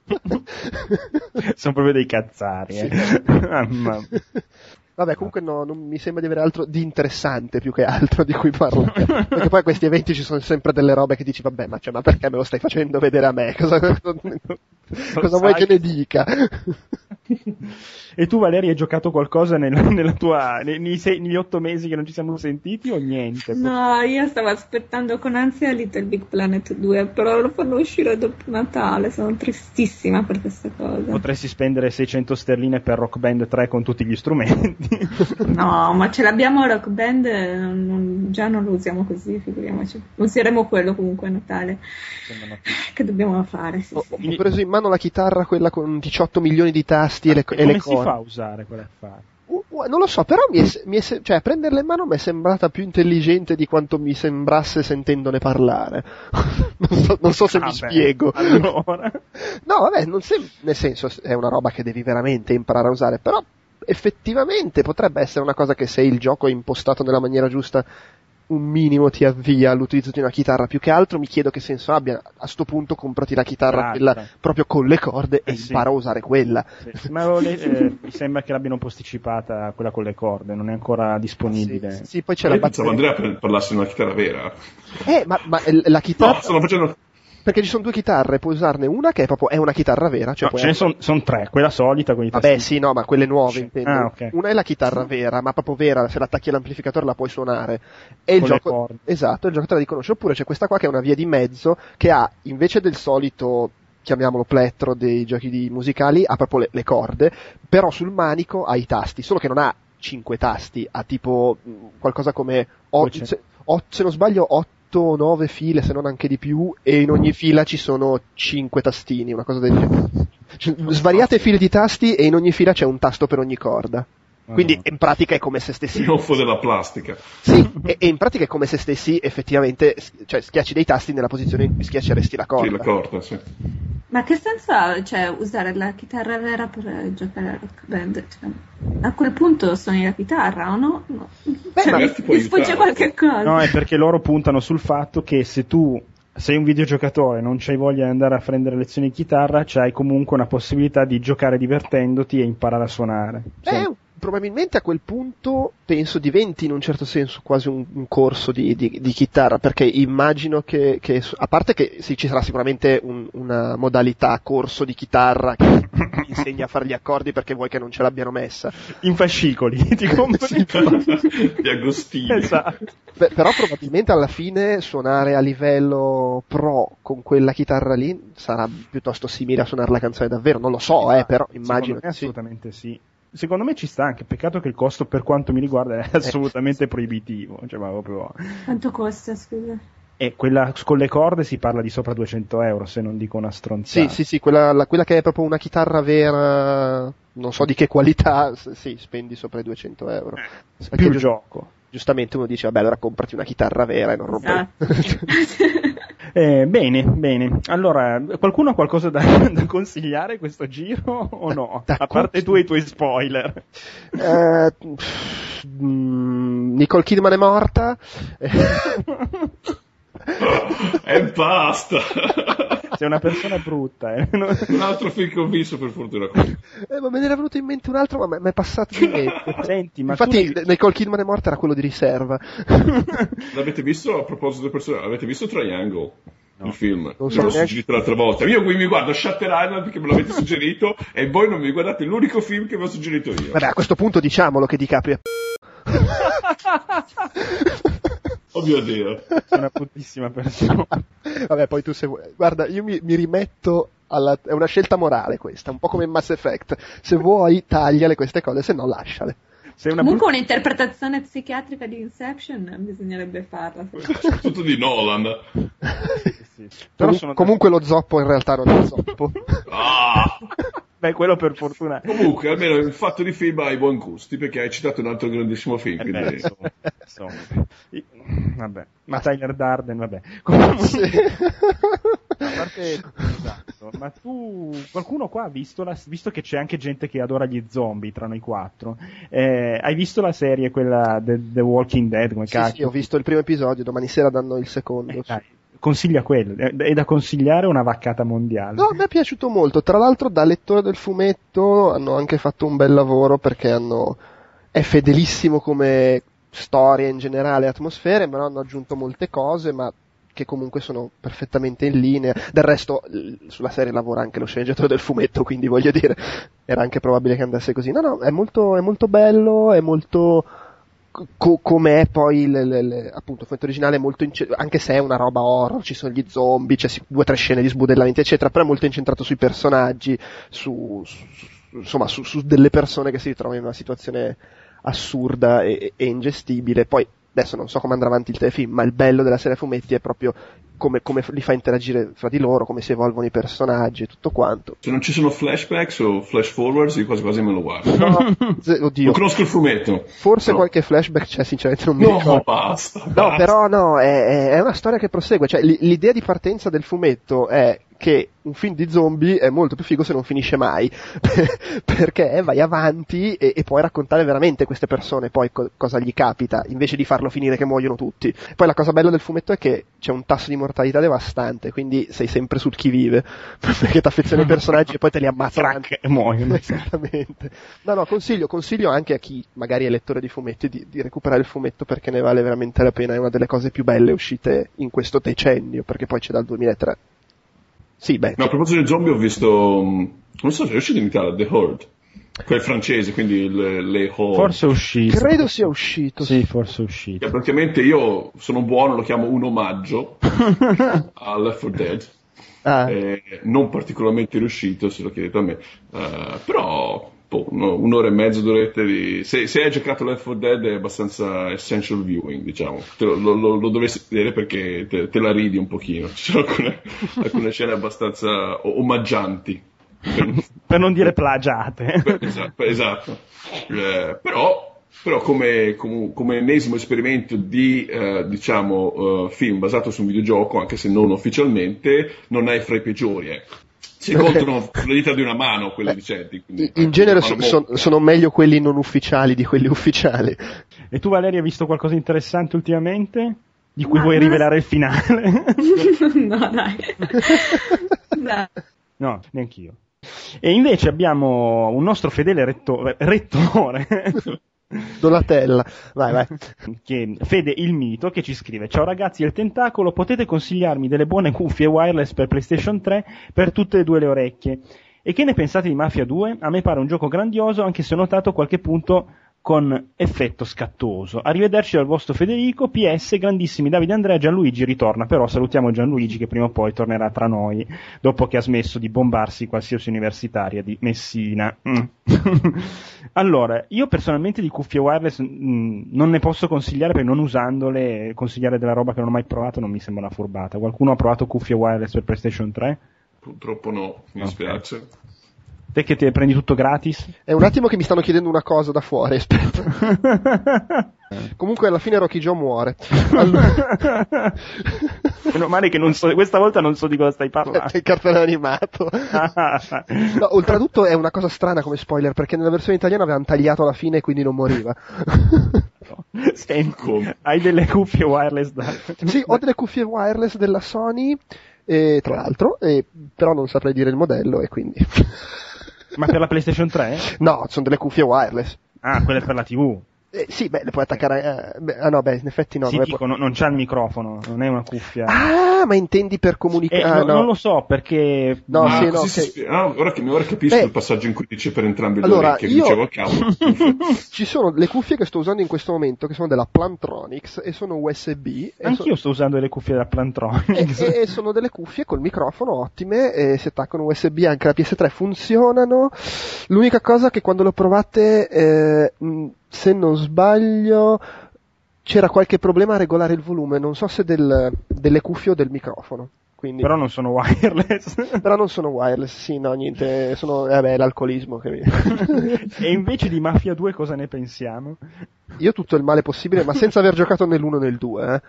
Sono proprio dei cazzari, Sì. Vabbè, comunque non mi sembra di avere altro di interessante più che altro di cui parlare. Perché poi a questi eventi ci sono sempre delle robe che dici, vabbè, ma perché me lo stai facendo vedere a me? Cosa vuoi che ne dica? E tu, Valeria, hai giocato qualcosa nella tua negli 8 mesi che non ci siamo sentiti o niente? No, io stavo aspettando con ansia Little Big Planet 2, però lo fanno uscire dopo Natale, sono tristissima per questa cosa. Potresti spendere 600 sterline per Rock Band 3 con tutti gli strumenti. No, ma ce l'abbiamo Rock Band, già non lo usiamo così, figuriamoci. Useremo quello comunque a Natale. Che dobbiamo fare? Sì. Ho preso in mano la chitarra, quella con 18 milioni di tasti e le corde. Come si fa a usare quella affare? Non lo so, però cioè prenderla in mano mi è sembrata più intelligente di quanto mi sembrasse sentendone parlare. non so se mi spiego. Allora. No, vabbè, nel senso è una roba che devi veramente imparare a usare, però effettivamente potrebbe essere una cosa che se il gioco è impostato nella maniera giusta un minimo ti avvia all'utilizzo di una chitarra. Più che altro mi chiedo che senso abbia a sto punto comprati la chitarra quella proprio con le corde e impara a usare quella. Sì. Ma mi sembra che l'abbiano posticipata quella con le corde, non è ancora disponibile. Sì, poi c'è la batteria. Pensavo Andrea parlassi di una chitarra vera. Ma la chitarra... No, stanno facendo... Perché ci sono 2 chitarre, puoi usarne una che è una chitarra vera. Cioè no, ce ne sono 3, quella solita con i tasti. Vabbè, sì, no, ma quelle nuove intendo. Okay. Una è la chitarra vera, ma proprio vera, se l'attacchi all'amplificatore la puoi suonare. E il gioco, esatto, il gioco te la riconosce. Oppure c'è questa qua che è una via di mezzo, che ha, invece del solito, chiamiamolo plettro dei giochi musicali, ha proprio le corde, però sul manico ha i tasti, solo che non ha 5 tasti, ha tipo qualcosa come, se non sbaglio, 8 o 9 file, se non anche di più, e in ogni fila ci sono 5 tastini, una cosa del genere. Svariate file di tasti e in ogni fila c'è un tasto per ogni corda. Quindi in pratica è come se stessi... Trionfo della plastica. Sì, e in pratica è come se stessi effettivamente, cioè schiacci dei tasti nella posizione in cui schiacceresti la corda. Sì, la corda, sì. Ma che senso ha, cioè, usare la chitarra vera per giocare a Rock Band? Cioè, a quel punto suoni la chitarra, o no? Beh, cioè, mi sfugge qualche cosa. No, è perché loro puntano sul fatto che se tu sei un videogiocatore, non c'hai voglia di andare a prendere lezioni di chitarra, c'hai comunque una possibilità di giocare divertendoti e imparare a suonare. Probabilmente a quel punto penso diventi in un certo senso quasi un corso di chitarra, perché immagino che a parte che sì, ci sarà sicuramente una modalità corso di chitarra che ti insegna a fare gli accordi perché vuoi che non ce l'abbiano messa in fascicoli, ti compri di Agostini. Esatto. Però probabilmente alla fine suonare a livello pro con quella chitarra lì sarà piuttosto simile a suonare la canzone davvero, non lo so, però immagino che assolutamente sì. Secondo me ci sta anche, peccato che il costo per quanto mi riguarda è assolutamente proibitivo, cioè, ma proprio... Quanto costa, scusa? E quella con le corde si parla di sopra 200 euro, se non dico una stronzata. Sì, quella che è proprio una chitarra vera, non so di che qualità, sì, spendi sopra i 200 euro. Più gioco. Giustamente uno dice, vabbè, allora comprati una chitarra vera e non rompere. Bene. Allora, qualcuno ha qualcosa da consigliare questo giro o no? A parte tu e i tuoi spoiler. Nicole Kidman è morta. E basta. Sei una persona brutta. Un altro film che ho visto, per fortuna. Ma me ne era venuto in mente un altro, ma mi è passato di mente. Senti, ma infatti Nicole Kidman è morta era quello di riserva. L'avete visto, a proposito di persone, avete visto Triangle? No. Il film? Non so, l'ho suggerito l'altra volta. Io qui mi guardo Shutter Island perché me l'avete suggerito e voi non mi guardate l'unico film che vi ho suggerito io. Vabbè, a questo punto diciamolo che DiCaprio è Oh mio Dio, sei una puttissima persona. Vabbè, poi tu se vuoi. Guarda, io mi rimetto è una scelta morale questa, un po' come in Mass Effect. Se vuoi tagliale queste cose, se no lasciale. Comunque un'interpretazione psichiatrica di Inception bisognerebbe farla. Tutto di Nolan. Sì. Però comunque lo zoppo in realtà non è zoppo. Beh, quello per fortuna. Comunque, almeno il fatto di film hai buon gusti, perché hai citato un altro grandissimo film. Quindi... insomma. Vabbè. Ma Tyler Durden, vabbè. Comunque, sì. A parte, esatto. Ma qualcuno qua ha visto visto che c'è anche gente che adora gli zombie tra noi quattro, hai visto la serie, quella The Walking Dead? Come sì, ho visto il primo episodio, domani sera danno il secondo. Consiglia quello, è da consigliare una vaccata mondiale. No, mi è piaciuto molto, tra l'altro da lettore del fumetto hanno anche fatto un bel lavoro perché è fedelissimo come storia in generale, atmosfere, però hanno aggiunto molte cose, ma che comunque sono perfettamente in linea. Del resto sulla serie lavora anche lo sceneggiatore del fumetto, quindi voglio dire, era anche probabile che andasse così. No, è molto bello, è molto... come è poi appunto il fumetto originale è molto anche se è una roba horror, ci sono gli zombie, c'è 2 o 3 scene di sbudellamenti eccetera, però è molto incentrato sui personaggi, insomma su delle persone che si ritrovano in una situazione assurda e ingestibile. Poi adesso non so come andrà avanti il telefilm, ma il bello della serie fumetti è proprio come li fa interagire fra di loro, come si evolvono i personaggi e tutto quanto. Se non ci sono flashbacks o flash forwards, io quasi me lo guardo. No, oddio. Non conosco il fumetto. Forse qualche flashback c'è, sinceramente non mi ricordo. No, basta. Però è una storia che prosegue, cioè l'idea di partenza del fumetto è che un film di zombie è molto più figo se non finisce mai, perché vai avanti e puoi raccontare veramente queste persone poi cosa gli capita, invece di farlo finire che muoiono tutti. Poi la cosa bella del fumetto è che c'è un tasso di mortalità devastante, quindi sei sempre sul chi vive, perché ti affezioni ai personaggi e poi te li ammazzano e muoiono. Esattamente. No, consiglio anche a chi magari è lettore di fumetti di recuperare il fumetto, perché ne vale veramente la pena, è una delle cose più belle uscite in questo decennio, perché poi c'è dal 2003. Sì, beh. No, a proposito di zombie ho visto, non so se è uscito in Italia, The Horde, quel francese, quindi le Horde. Forse è uscito. Credo sia uscito. Sì, forse è uscito. Che praticamente io sono buono, lo chiamo un omaggio a Left 4 Dead. Non particolarmente riuscito, se lo chiedete a me. Però un'ora e mezzo, 2 orette di... Se hai giocato Left 4 Dead è abbastanza essential viewing, diciamo. Lo dovresti vedere perché te la ridi un pochino. Ci sono alcune scene abbastanza omaggianti. Per non dire plagiate. Esatto. Però come ennesimo esperimento di film basato su un videogioco, anche se non ufficialmente, non è fra i peggiori, ecco. Si contano sulle dita di una mano quelle recenti. In genere sono meglio quelli non ufficiali di quelli ufficiali. E tu, Valeria, hai visto qualcosa di interessante ultimamente? di cui vuoi rivelare il finale? No, dai. No, neanch'io. E invece abbiamo un nostro fedele rettore Donatella, vai. Che Fede il Mito, che ci scrive: ciao ragazzi del Tentacolo, potete consigliarmi delle buone cuffie wireless per PlayStation 3 per tutte e due le orecchie? E che ne pensate di Mafia 2? A me pare un gioco grandioso, anche se ho notato qualche punto con effetto scattoso. Arrivederci dal vostro Federico. PS, grandissimi Davide, Andrea. Gianluigi ritorna, però salutiamo Gianluigi che prima o poi tornerà tra noi dopo che ha smesso di bombarsi qualsiasi universitaria di Messina. Allora, io personalmente di cuffie wireless non ne posso consigliare, perché non usandole consigliare della roba che non ho mai provato non mi sembra una furbata. Qualcuno ha provato cuffie wireless per PlayStation 3? Purtroppo no, mi dispiace. Te che te prendi tutto gratis? È un attimo che mi stanno chiedendo una cosa da fuori, aspetta. Comunque alla fine Rocky Joe muore. Allora... Meno male che non so, questa volta non so di cosa stai parlando. È il cartone animato. No, oltretutto è una cosa strana come spoiler, perché nella versione italiana avevano tagliato alla fine e quindi non moriva. Senti, hai delle cuffie wireless da... Sì, ho delle cuffie wireless della Sony, tra l'altro, però non saprei dire il modello e quindi... Ma per la PlayStation 3? No, sono delle cuffie wireless. Ah, quelle per la TV. Sì, beh, le puoi attaccare... in effetti no. Sì, dico, non c'ha il microfono, non è una cuffia. Ah, ma intendi per comunicare? No. Non lo so, perché... No, ora capisco il passaggio in cui dice per entrambe le orecchie, che dicevo, cavolo. Ci sono le cuffie che sto usando in questo momento, che sono della Plantronics, e sono USB. Anch'io sto usando le cuffie della Plantronics. E sono delle cuffie col microfono ottime, e si attaccano USB anche alla PS3, funzionano. L'unica cosa che quando le provate... se non sbaglio c'era qualche problema a regolare il volume, non so se delle cuffie o del microfono. Quindi... Però non sono wireless. Però non sono wireless, sì, no, niente, sono l'alcolismo che mi... E invece di Mafia 2 cosa ne pensiamo? Io tutto il male possibile, ma senza aver giocato nell'1 né nel 2,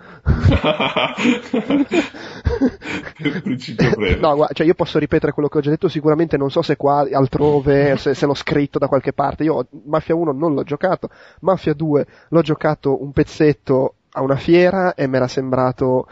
Per principio breve. No, guarda, cioè io posso ripetere quello che ho già detto, sicuramente non so se qua, altrove, se l'ho scritto da qualche parte. Io Mafia 1 non l'ho giocato, Mafia 2 l'ho giocato un pezzetto a una fiera e mi era sembrato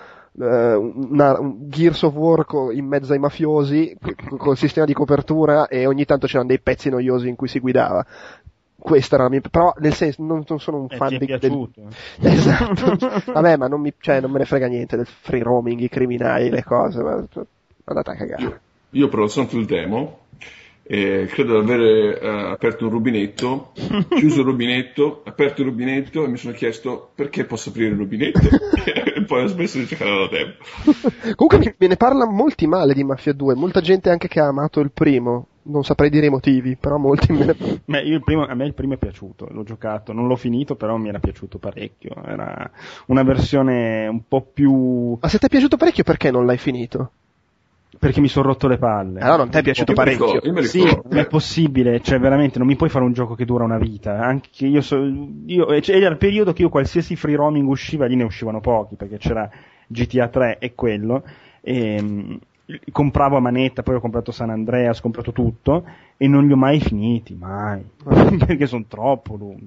un Gears of War in mezzo ai mafiosi col sistema di copertura, e ogni tanto c'erano dei pezzi noiosi in cui si guidava. Questa era la mia, però nel senso non sono un fan ti è piaciuto. Esatto. Vabbè, ma non me ne frega niente del free roaming, i criminali, le cose, ma andate a cagare. Io però sono sul demo e credo di aver aperto un rubinetto, chiuso il rubinetto, aperto il rubinetto e mi sono chiesto perché posso aprire il rubinetto e poi ho smesso di giocare da tempo. Comunque me ne parla molti male di Mafia 2, molta gente anche che ha amato il primo. Non saprei dire i motivi, però molti me ne... A me il primo è piaciuto, l'ho giocato, non l'ho finito, però mi era piaciuto parecchio. Era una versione un po' più... Ma se ti è piaciuto parecchio, perché non l'hai finito? Perché mi sono rotto le palle. Allora non ti è piaciuto parecchio? Sì, non è possibile, cioè veramente non mi puoi fare un gioco che dura una vita. Anche io era il periodo che io qualsiasi free roaming usciva, lì ne uscivano pochi, perché c'era GTA 3 e quello, e compravo a manetta, poi ho comprato San Andreas, ho comprato tutto e non li ho mai finiti, mai. Perché sono troppo lunghi.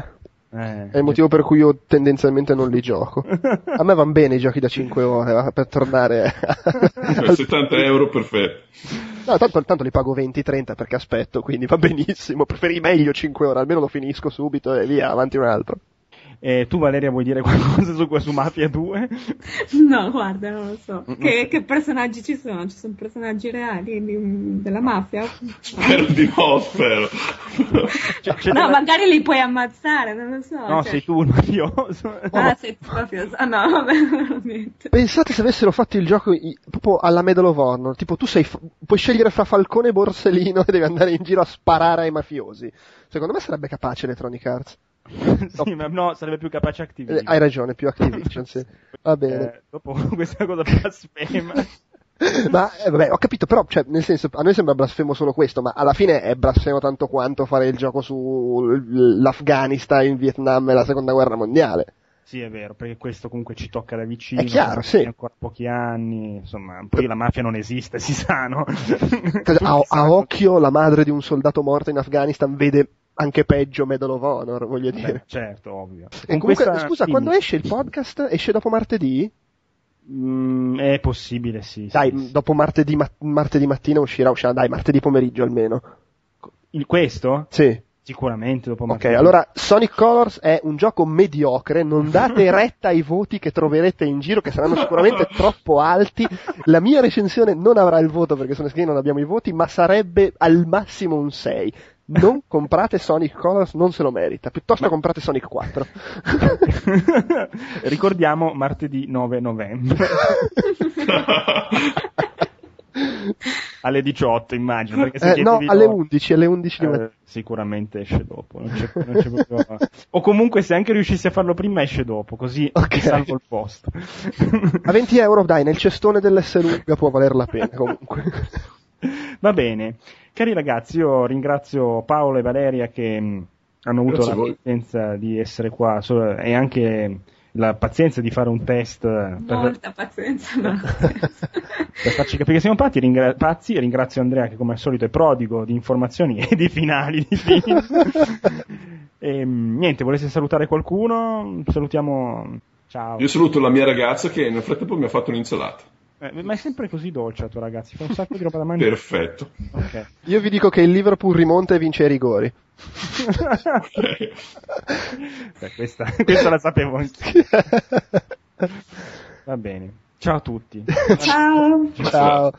È il motivo per cui io tendenzialmente non li gioco. A me van bene i giochi da 5 ore, per tornare a 70 euro, perfetto. No, tanto li pago 20-30 perché aspetto, quindi va benissimo. Preferi meglio 5 ore, almeno lo finisco subito e via, avanti un altro. Tu Valeria vuoi dire qualcosa su Mafia 2? No, guarda, non lo so. Che personaggi ci sono? Ci sono personaggi reali della mafia? Spero di no, spero. No, magari li puoi ammazzare, non lo so. No, sei tu un mafioso. Ah, sei tu mafioso. Ah no, vabbè, veramente. Pensate se avessero fatto il gioco proprio alla Medal of Honor, tipo tu puoi scegliere fra Falcone e Borsellino e devi andare in giro a sparare ai mafiosi. Secondo me sarebbe capace Electronic Arts. Sì, ma no, sarebbe più capace Activision. Hai ragione, più Activision, sì. Va bene. Dopo questa cosa blasfema. Ma vabbè, ho capito, però cioè, nel senso, a noi sembra blasfemo solo questo, ma alla fine è blasfemo tanto quanto fare il gioco sull'Afghanistan, il Vietnam e la seconda guerra mondiale. Sì, è vero, perché questo comunque ci tocca da vicino. È chiaro, sì. Ancora pochi anni, insomma, poi la mafia non esiste, si sa, no? A occhio la madre di un soldato morto in Afghanistan vede anche peggio Medal of Honor, voglio dire. Beh, certo, ovvio. E comunque, scusa, quando esce il podcast? Esce dopo martedì? È possibile, sì. Dai, sì. dopo martedì mattina uscirà, dai, martedì pomeriggio almeno. Questo? Sì. Sicuramente dopo martedì. Ok, allora Sonic Colors è un gioco mediocre, non date retta ai voti che troverete in giro, che saranno sicuramente troppo alti. La mia recensione non avrà il voto perché su Nesquik non abbiamo i voti, ma sarebbe al massimo un 6. Non comprate Sonic Colors, non se lo merita, piuttosto comprate Sonic 4. Ricordiamo martedì 9 novembre. Alle 18 immagino, perché se no, alle 11 di mattina. Sicuramente esce dopo, non c'è proprio... o comunque se anche riuscissi a farlo prima esce dopo, così salvo il posto. A 20 euro dai, nel cestone dell'S-Lunga può valer la pena comunque. Va bene, cari ragazzi, io ringrazio Paolo e Valeria che hanno avuto la pazienza di essere qua e anche la pazienza di fare un test. Molta pazienza. Per farci capire che siamo pazzi, e ringrazio Andrea che come al solito è prodigo di informazioni e di finali di film. E, niente, volesse salutare qualcuno? Salutiamo. Ciao. Io saluto la mia ragazza che nel frattempo mi ha fatto un'insalata. Ma è sempre così dolce la tua ragazza, fa un sacco di roba da mangiare. Perfetto. Okay. Io vi dico che il Liverpool rimonta e vince ai rigori. Okay. Beh, questa la sapevo anch'io. Va bene. Ciao a tutti. Ciao. Ciao.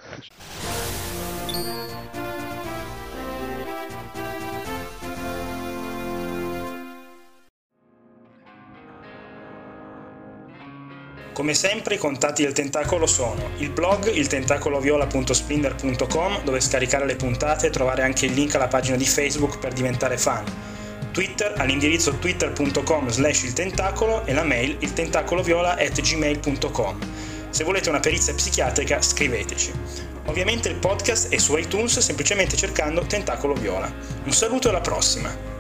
Come sempre i contatti del Tentacolo sono il blog iltentacoloviola.splinter.com, dove scaricare le puntate e trovare anche il link alla pagina di Facebook per diventare fan, Twitter all'indirizzo twitter.com/iltentacolo e la mail iltentacoloviola@gmail.com. Se volete una perizia psichiatrica scriveteci. Ovviamente il podcast è su iTunes semplicemente cercando Tentacolo Viola. Un saluto e alla prossima!